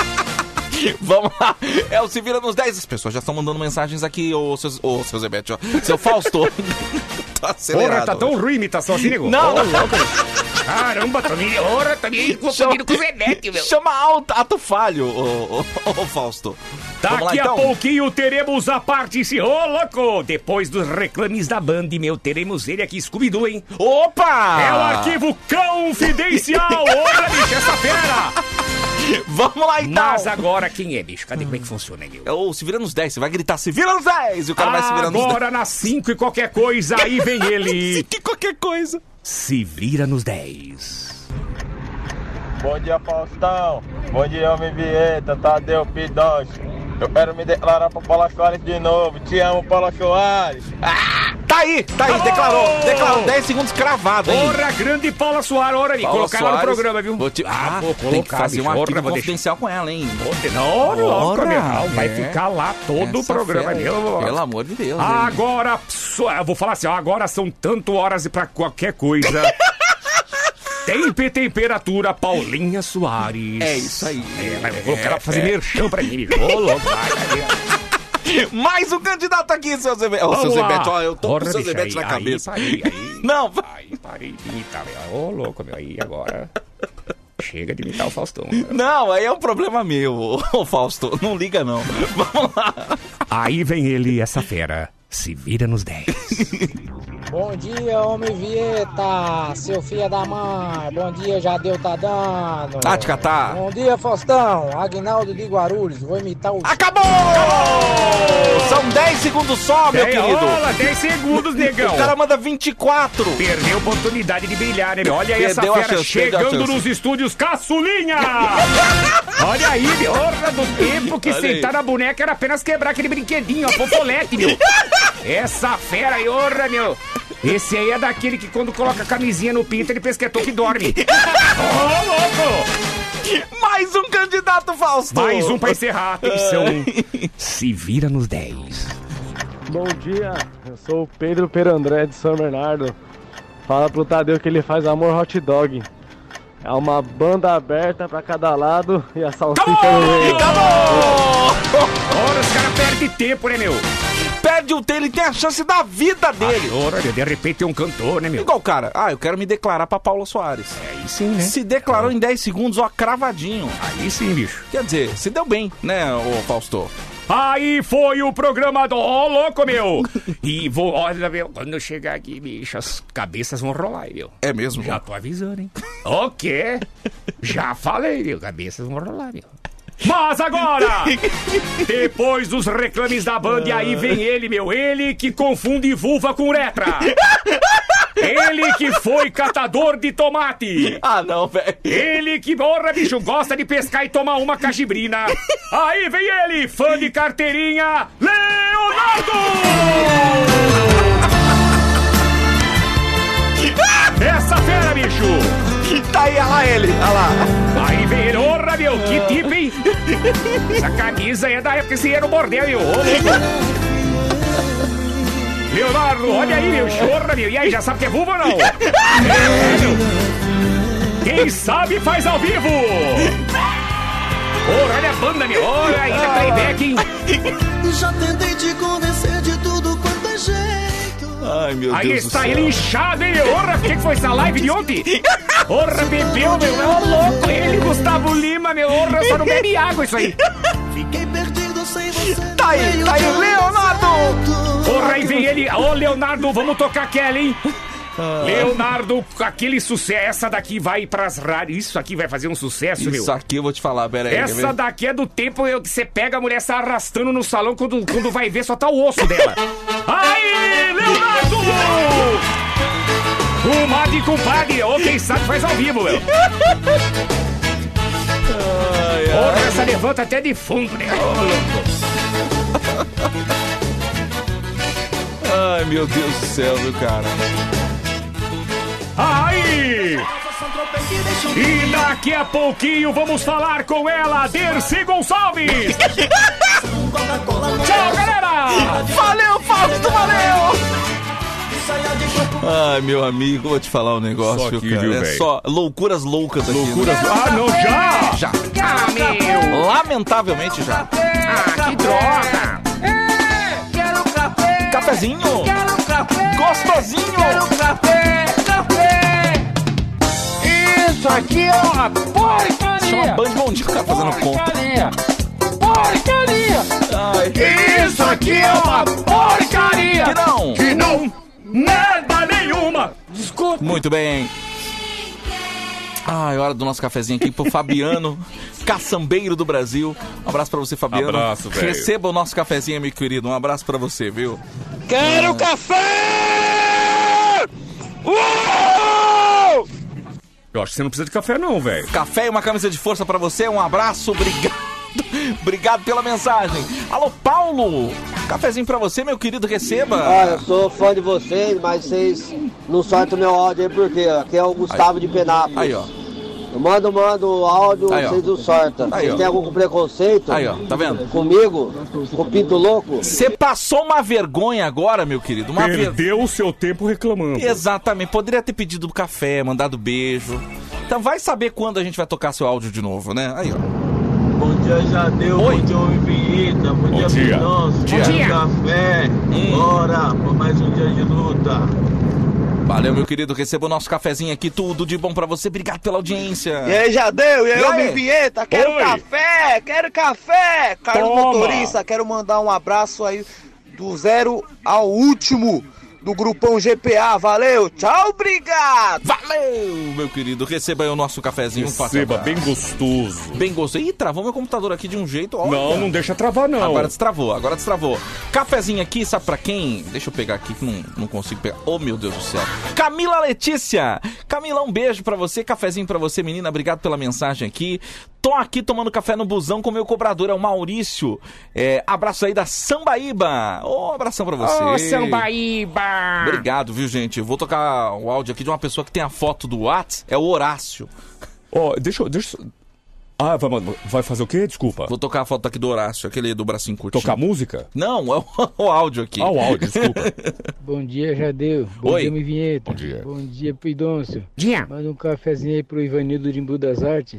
Speaker 3: Vamos lá, é o Se Vira nos dez. As pessoas já estão mandando mensagens aqui, ô seu, ô, seu Zebete, ó. Seu Fausto. Tá acelerado.
Speaker 17: Porra, tá tão ruim a imitação assim, nego?
Speaker 3: Não,
Speaker 17: Ô,
Speaker 3: não.
Speaker 17: louco. Caramba, tô me... Porra, tô me confundindo com o Zebete, meu.
Speaker 3: Chama alto, ato falho, ô, ô, ô, Fausto. Vamos lá,
Speaker 17: Daqui
Speaker 3: então?
Speaker 17: a pouquinho teremos a parte se... Ô, louco! Depois dos reclames da Band, meu, teremos ele aqui, Scooby-Doo, hein?
Speaker 3: Opa!
Speaker 17: É o arquivo confidencial! Olha, bicho, essa fera!
Speaker 3: Vamos lá, então!
Speaker 17: Mas agora quem é, bicho? Cadê como é que funciona, meu?
Speaker 3: É o Se Vira nos dez, você vai gritar Se Vira nos dez! E o cara vai se virar nos dez.
Speaker 17: Agora nas cinco e qualquer coisa, aí vem ele!
Speaker 3: Que qualquer coisa!
Speaker 17: Se Vira nos dez.
Speaker 18: Bom dia, Faustão. Bom dia, homem Vieta, Tadeu Pidonche. Eu quero me declarar pro Paulo Soares de novo. Te amo, Paulo Soares.
Speaker 3: Ah, tá aí, tá aí, declarou. Declarou dez segundos cravado, hein?
Speaker 17: Porra, grande Paula Soares, olha ali.
Speaker 3: Paula
Speaker 17: Colocar ela no
Speaker 3: Soares,
Speaker 17: programa, viu?
Speaker 3: Vou te... Ah,
Speaker 17: vou
Speaker 3: tem que
Speaker 17: colocar,
Speaker 3: fazer
Speaker 17: bicho.
Speaker 3: um arquivo
Speaker 17: Porra, vou
Speaker 3: confidencial com ela, hein?
Speaker 17: Não, louco,
Speaker 3: Porra,
Speaker 17: meu. Vai
Speaker 3: é.
Speaker 17: ficar lá todo
Speaker 3: Essa
Speaker 17: o programa,
Speaker 3: fera aí.
Speaker 17: meu.
Speaker 3: Pelo amor de Deus, hein?
Speaker 17: Agora, só- eu vou falar assim, ó, agora são tanto horas pra qualquer coisa. Tempo e temperatura, Paulinha Soares.
Speaker 3: É isso aí.
Speaker 17: É, vai colocar ela pra fazer
Speaker 3: É.
Speaker 17: merchan pra mim. Ô, louco, vai, vai.
Speaker 3: Mais um candidato aqui, seu Zebete. Ô, seu
Speaker 17: Vamos lá.
Speaker 3: Zebete, ó, eu tô
Speaker 17: Porra,
Speaker 3: com o seu
Speaker 17: bicho,
Speaker 3: Zebete
Speaker 17: aí,
Speaker 3: na
Speaker 17: aí,
Speaker 3: cabeça.
Speaker 17: parei, aí.
Speaker 3: Não, vai.
Speaker 17: Aí parei de imitar, meu. Ô, louco, meu. Aí agora. Chega de imitar o Faustão.
Speaker 3: Não, aí é um problema meu, ô, ô Fausto. Não liga, não. Vamos lá.
Speaker 17: Aí vem ele, essa fera. Se Vira nos dez.
Speaker 19: Bom dia, homem Vieta, seu filho da mãe. Bom dia, Jadeu tá dando.
Speaker 3: Ah, te catar.
Speaker 19: Bom dia, Faustão. Aguinaldo de Guarulhos. Vou imitar o...
Speaker 3: Acabou! São dez segundos só, meu
Speaker 17: Dez-
Speaker 3: querido.
Speaker 17: Olha, dez segundos, negão.
Speaker 3: O cara manda vinte e quatro.
Speaker 17: Perdeu a oportunidade de brilhar, né, meu? Olha aí essa
Speaker 3: Perdeu a
Speaker 17: fera
Speaker 3: chance, perdeu a
Speaker 17: chegando
Speaker 3: chance.
Speaker 17: nos estúdios Caçulinha! Olha aí, meu. Porra, do tempo que
Speaker 3: Olha
Speaker 17: sentar
Speaker 3: aí.
Speaker 17: na boneca era apenas quebrar aquele brinquedinho, a fofolete, meu. Essa fera aí, orra, meu. Esse aí é daquele que quando coloca a camisinha no pinto, ele pesquetou que dorme. Ô, louco!
Speaker 3: Mais um candidato, Fausto.
Speaker 17: Mais um pra encerrar. Atenção. Se Vira nos dez.
Speaker 20: Bom dia, eu sou o Pedro Perandré de São Bernardo. Fala pro Tadeu que ele faz amor hot dog. É uma banda aberta pra cada lado e a salsicha no meio.
Speaker 17: Ora, os caras perdem tempo, né, meu?
Speaker 3: Perde o tempo, ele tem a chance da vida dele.
Speaker 17: Ora, de repente tem um cantor, né, meu?
Speaker 3: Igual, cara, ah, eu quero me declarar pra Paula Soares.
Speaker 17: É, aí sim, né?
Speaker 3: Se declarou em dez segundos, ó, cravadinho.
Speaker 17: Aí sim, bicho.
Speaker 3: Quer dizer, se deu bem, né, ô Fausto?
Speaker 17: Aí foi o programa do... Ó, louco, meu! E vou... Olha, meu, quando eu chegar aqui, bicho, as cabeças vão rolar, meu.
Speaker 3: É mesmo?
Speaker 17: Já tô avisando, hein? O quê? Já falei, meu. Cabeças vão rolar, meu. Mas agora, depois dos reclames da banda, e aí vem ele, meu. Ele que confunde vulva com uretra. Ele que foi catador de tomate.
Speaker 3: Ah, não, velho.
Speaker 17: Ele que, porra, bicho, gosta de pescar e tomar uma cajibrina. Aí vem ele, fã de carteirinha, Leonardo! Essa fera, bicho!
Speaker 3: Tá aí, olha lá ele, olha lá.
Speaker 17: Aí vem ele, porra, meu, que tipo, hein? Essa camisa é da época que você ia no bordel, meu. Leonardo, olha aí, meu, chorra, meu. E aí, já sabe que é vulva ou não? É, quem sabe faz ao vivo! Ora, olha a banda, meu. Olha aí, tá playback, hein?
Speaker 4: Já tentei te convencer de tudo quanto é jeito.
Speaker 3: Ai, meu
Speaker 17: aí
Speaker 3: Deus do céu.
Speaker 17: Aí está ele inchado, hein, meu? Ora, o que foi essa live de ontem? Ora, bebeu, meu. É um louco. Ele, Gustavo Lima, meu. Ora, só não bebe água isso aí.
Speaker 4: Fiquei perdido sem você.
Speaker 3: Tá aí, tá aí, Leonardo!
Speaker 17: Ora, aí vem ele. Ô, Leonardo, vamos tocar Kelly, hein? Ah. Leonardo, aquele sucesso. Essa daqui vai pras rádios. Isso aqui vai fazer um sucesso,
Speaker 3: Isso
Speaker 17: meu.
Speaker 3: Isso aqui eu vou te falar, pera aí.
Speaker 17: Essa daqui é do tempo eu, que você pega a mulher se arrastando no salão. Quando, quando vai ver, só tá o osso dela. Aí, Leonardo! Comadre e compadre. Ou quem sabe faz ao vivo, meu. Ai, ai. Porra, essa levanta até de fundo, né?
Speaker 3: Ai, meu Deus do céu, meu cara.
Speaker 17: Aí! E daqui a pouquinho vamos falar com ela, Dercy Gonçalves! Tchau, galera!
Speaker 3: Valeu, Fausto, valeu! Ai, meu amigo, vou te falar um negócio,
Speaker 5: só aqui,
Speaker 3: cara.
Speaker 5: viu,
Speaker 3: é
Speaker 5: véio?
Speaker 3: só loucuras loucas aqui.
Speaker 17: Loucuras...
Speaker 3: Né?
Speaker 17: Ah, não, já!
Speaker 3: Já.
Speaker 17: Ah, meu!
Speaker 3: Lamentavelmente já.
Speaker 17: Ah, que droga!
Speaker 10: Quero café!
Speaker 3: Cafezinho!
Speaker 10: Quero café!
Speaker 3: Gostosinho!
Speaker 10: Quero café! Café! Isso aqui é uma porcaria!
Speaker 3: Chama Band Bom Dia, o cara fazendo conta.
Speaker 10: Porcaria! Porcaria!
Speaker 3: Ai.
Speaker 17: Isso aqui é uma porcaria!
Speaker 3: Que não!
Speaker 17: Que não! Nada nenhuma! Desculpa!
Speaker 3: Muito bem. Ai, hora do nosso cafezinho aqui pro Fabiano, caçambeiro do Brasil. Um abraço pra você, Fabiano.
Speaker 5: Abraço, velho.
Speaker 3: Receba o nosso cafezinho, meu querido. Um abraço pra você, viu?
Speaker 13: Quero
Speaker 3: ah.
Speaker 13: café! Uou!
Speaker 5: Eu acho que você não precisa de café não, velho.
Speaker 3: Café e uma camisa de força pra você. Um abraço, obrigado. Obrigado pela mensagem. Alô, Paulo. Cafezinho pra você, meu querido, receba.
Speaker 12: Ah, eu sou fã de vocês, mas vocês não sortam meu áudio aí porque aqui é o Gustavo aí. De Penápolis.
Speaker 3: Aí, ó.
Speaker 12: Eu mando, mando o áudio,
Speaker 3: aí,
Speaker 12: vocês não sortam. Aí, vocês ó. Têm algum preconceito?
Speaker 3: Aí, ó, tá vendo?
Speaker 12: Comigo? Com o pinto louco?
Speaker 3: Você passou uma vergonha agora, meu querido. Uma
Speaker 5: Perdeu
Speaker 3: ver...
Speaker 5: o seu tempo reclamando.
Speaker 3: Exatamente. Poderia ter pedido café, mandado beijo. Então vai saber quando a gente vai tocar seu áudio de novo, né? Aí, ó.
Speaker 18: Bom dia, Jadeu.
Speaker 3: Oi.
Speaker 18: Bom dia, Homem Vinheta. Bom,
Speaker 5: Bom
Speaker 18: dia,
Speaker 5: dia.
Speaker 18: Pidonço. Bom
Speaker 3: dia.
Speaker 18: dia, café.
Speaker 3: Hum.
Speaker 18: Bora pra mais um dia de luta.
Speaker 3: Valeu, meu querido. Receba o nosso cafezinho aqui. Tudo de bom pra você. Obrigado pela audiência.
Speaker 13: E aí, Jadeu? E aí,
Speaker 3: E aí?
Speaker 13: Homem Vinheta? Quero
Speaker 17: Oi.
Speaker 13: café! Quero café! Carlos
Speaker 17: Toma.
Speaker 13: Motorista, quero mandar um abraço aí do zero ao último do grupão G P A. Valeu! Tchau, obrigado!
Speaker 3: Valeu, meu querido. Receba aí o nosso cafezinho. Um forte
Speaker 5: Receba,
Speaker 3: abraço.
Speaker 5: bem gostoso.
Speaker 3: Bem gostoso. Ih, travou meu computador aqui de um jeito. Olha.
Speaker 5: Não, não deixa travar, não.
Speaker 3: Agora destravou, agora destravou. Cafezinho aqui, sabe pra quem? Deixa eu pegar aqui que não, não consigo pegar. Oh, meu Deus do céu. Camila Letícia. Camila, um beijo pra você. Cafezinho pra você, menina. Obrigado pela mensagem aqui. Tô aqui tomando café no busão com o meu cobrador, é o Maurício. É, abraço aí da Sambaíba. Ô, oh, abração pra você.
Speaker 17: Ô, oh, Sambaíba.
Speaker 3: Obrigado, viu, gente? Eu vou tocar o áudio aqui de uma pessoa que tem a foto do WhatsApp. É o Horácio.
Speaker 5: Ó, oh, deixa eu... Deixa... Ah, vai, vai fazer o quê? Desculpa.
Speaker 3: Vou tocar a foto aqui do Horácio, aquele do bracinho curtinho.
Speaker 5: Tocar música?
Speaker 3: Não, é o, o áudio aqui.
Speaker 5: Ah, o áudio, desculpa.
Speaker 19: Bom dia, Jadeu. Bom
Speaker 3: Oi.
Speaker 19: dia, minha vinheta.
Speaker 5: Bom dia.
Speaker 19: Bom dia, Pidoncio.
Speaker 17: Dia.
Speaker 19: Manda um cafezinho aí pro Ivanildo de Embu das Artes.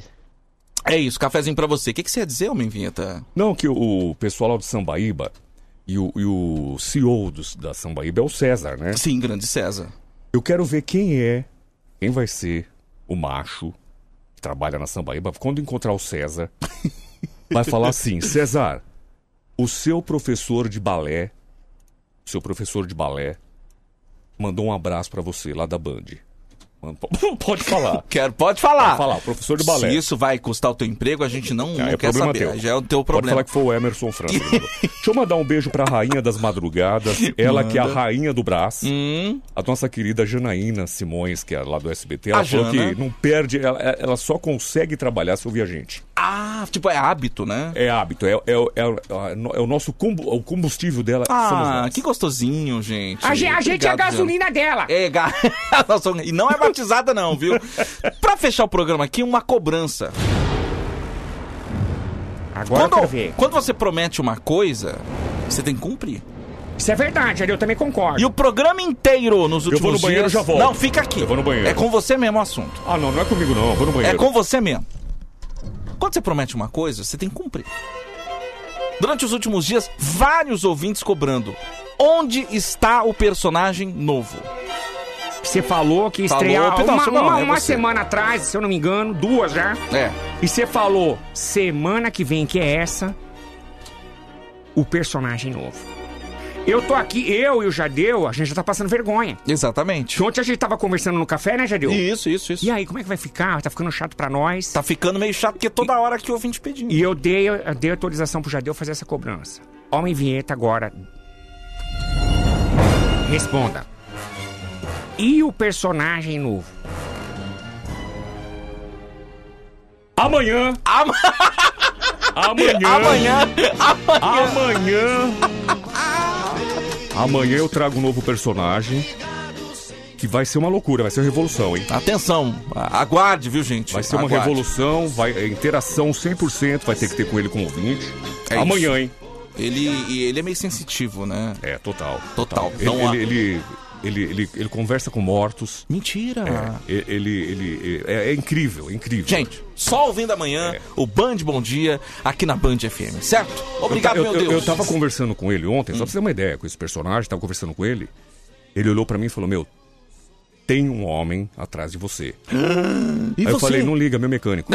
Speaker 3: É isso, cafezinho pra você. O que, que você ia dizer, homem vinheta?
Speaker 5: Não, que o, o pessoal lá do Sambaíba e o, e o C E O dos, da Sambaíba é o César, né?
Speaker 3: Sim, grande César.
Speaker 5: Eu quero ver quem é, quem vai ser o macho que trabalha na Sambaíba. Quando encontrar o César, vai falar assim, César, O seu professor de balé, seu professor de balé, mandou um abraço pra você lá da Band. Pode falar.
Speaker 3: Quero, pode falar.
Speaker 5: Pode falar, professor de balé.
Speaker 3: Se isso vai custar o teu emprego, a gente não,
Speaker 5: Ah,
Speaker 3: não
Speaker 5: é
Speaker 3: quer
Speaker 5: problema
Speaker 3: saber.
Speaker 5: teu.
Speaker 3: Já é o teu
Speaker 5: Pode
Speaker 3: problema.
Speaker 5: falar que foi o Emerson França. Deixa eu mandar um beijo pra rainha das madrugadas. Ela que é a
Speaker 3: Manda.
Speaker 5: rainha do Brás.
Speaker 3: Hum.
Speaker 5: A nossa querida Janaína Simões, que é lá do S B T. Ela
Speaker 3: A
Speaker 5: falou
Speaker 3: Jana.
Speaker 5: que não perde, ela, ela só consegue trabalhar se ouvir a gente.
Speaker 3: Ah, tipo, é hábito, né?
Speaker 5: É hábito, é, é, é, é o nosso combu- o combustível dela. somos
Speaker 3: Ah,
Speaker 5: nós.
Speaker 3: que gostosinho, gente.
Speaker 17: A, ge- a gente é a
Speaker 3: Obrigado,
Speaker 17: gasolina
Speaker 3: Jana.
Speaker 17: dela.
Speaker 3: É, ga... Nossa, e não é batizada não, viu? Pra fechar o programa aqui, uma cobrança.
Speaker 17: Agora eu
Speaker 3: Quando,
Speaker 17: quero ver.
Speaker 3: quando você promete uma coisa, você tem que cumprir.
Speaker 17: Isso é verdade, eu também concordo.
Speaker 3: E o programa inteiro nos
Speaker 5: Eu
Speaker 3: últimos
Speaker 5: vou no banheiro e
Speaker 3: dias...
Speaker 5: já volto.
Speaker 3: Não, fica aqui.
Speaker 5: Eu vou no banheiro.
Speaker 3: É com você mesmo o assunto.
Speaker 5: Ah, não, não é comigo não, eu vou no banheiro.
Speaker 3: É com você mesmo. Quando você promete uma coisa, você tem que cumprir. Durante os últimos dias, vários ouvintes cobrando. Onde está o personagem novo?
Speaker 17: Você falou que ia
Speaker 3: Falou,
Speaker 17: estrear uma,
Speaker 3: pedaço, não,
Speaker 17: uma,
Speaker 3: é
Speaker 17: uma
Speaker 3: você.
Speaker 17: semana atrás, se eu não me engano, duas já.
Speaker 3: É.
Speaker 17: E você falou, semana que vem, que é essa, o personagem novo. Eu tô aqui, eu e o Jadeu, a gente já tá passando vergonha.
Speaker 3: Exatamente.
Speaker 17: Ontem a gente tava conversando no café, né, Jadeu?
Speaker 3: Isso, isso, isso.
Speaker 17: E aí, como é que vai ficar? Tá ficando chato pra nós.
Speaker 3: Tá ficando meio chato, porque toda hora que o ouvinte pedindo.
Speaker 17: E eu dei, eu dei autorização pro Jadeu fazer essa cobrança. Homem vinheta agora. Responda. E o personagem novo?
Speaker 5: Amanhã.
Speaker 3: Am...
Speaker 5: Amanhã.
Speaker 3: Amanhã.
Speaker 5: Amanhã. Amanhã eu trago um novo personagem. Que vai ser uma loucura, vai ser uma revolução, hein?
Speaker 3: Atenção, aguarde, viu, gente?
Speaker 5: Vai ser uma
Speaker 3: Aguarde.
Speaker 5: revolução, vai, é, interação cem por cento, vai ter que ter com ele como ouvinte.
Speaker 3: É
Speaker 5: Amanhã,
Speaker 3: isso.
Speaker 5: hein?
Speaker 3: Ele, e ele é meio sensitivo, né?
Speaker 5: É, total.
Speaker 3: Total.
Speaker 5: Ele,
Speaker 3: Então,
Speaker 5: ele, ele, ele, ele, ele conversa com mortos.
Speaker 3: Mentira!
Speaker 5: É, ele, ele, é, é incrível, é incrível.
Speaker 3: Gente, só ouvindo amanhã o Band Bom Dia aqui na Band F M, certo? Obrigado,
Speaker 5: eu,
Speaker 3: meu
Speaker 5: eu,
Speaker 3: Deus.
Speaker 5: Eu tava conversando com ele ontem, só pra você ter uma ideia, com esse personagem, tava conversando com ele. Ele olhou pra mim e falou, meu, tem um homem atrás de você.
Speaker 3: E
Speaker 5: Aí eu
Speaker 3: você?
Speaker 5: falei, não liga, meu mecânico.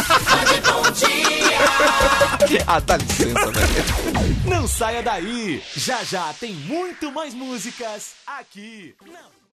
Speaker 3: Ah, dá licença, velho.
Speaker 21: Não saia daí! Já já tem muito mais músicas aqui. Não.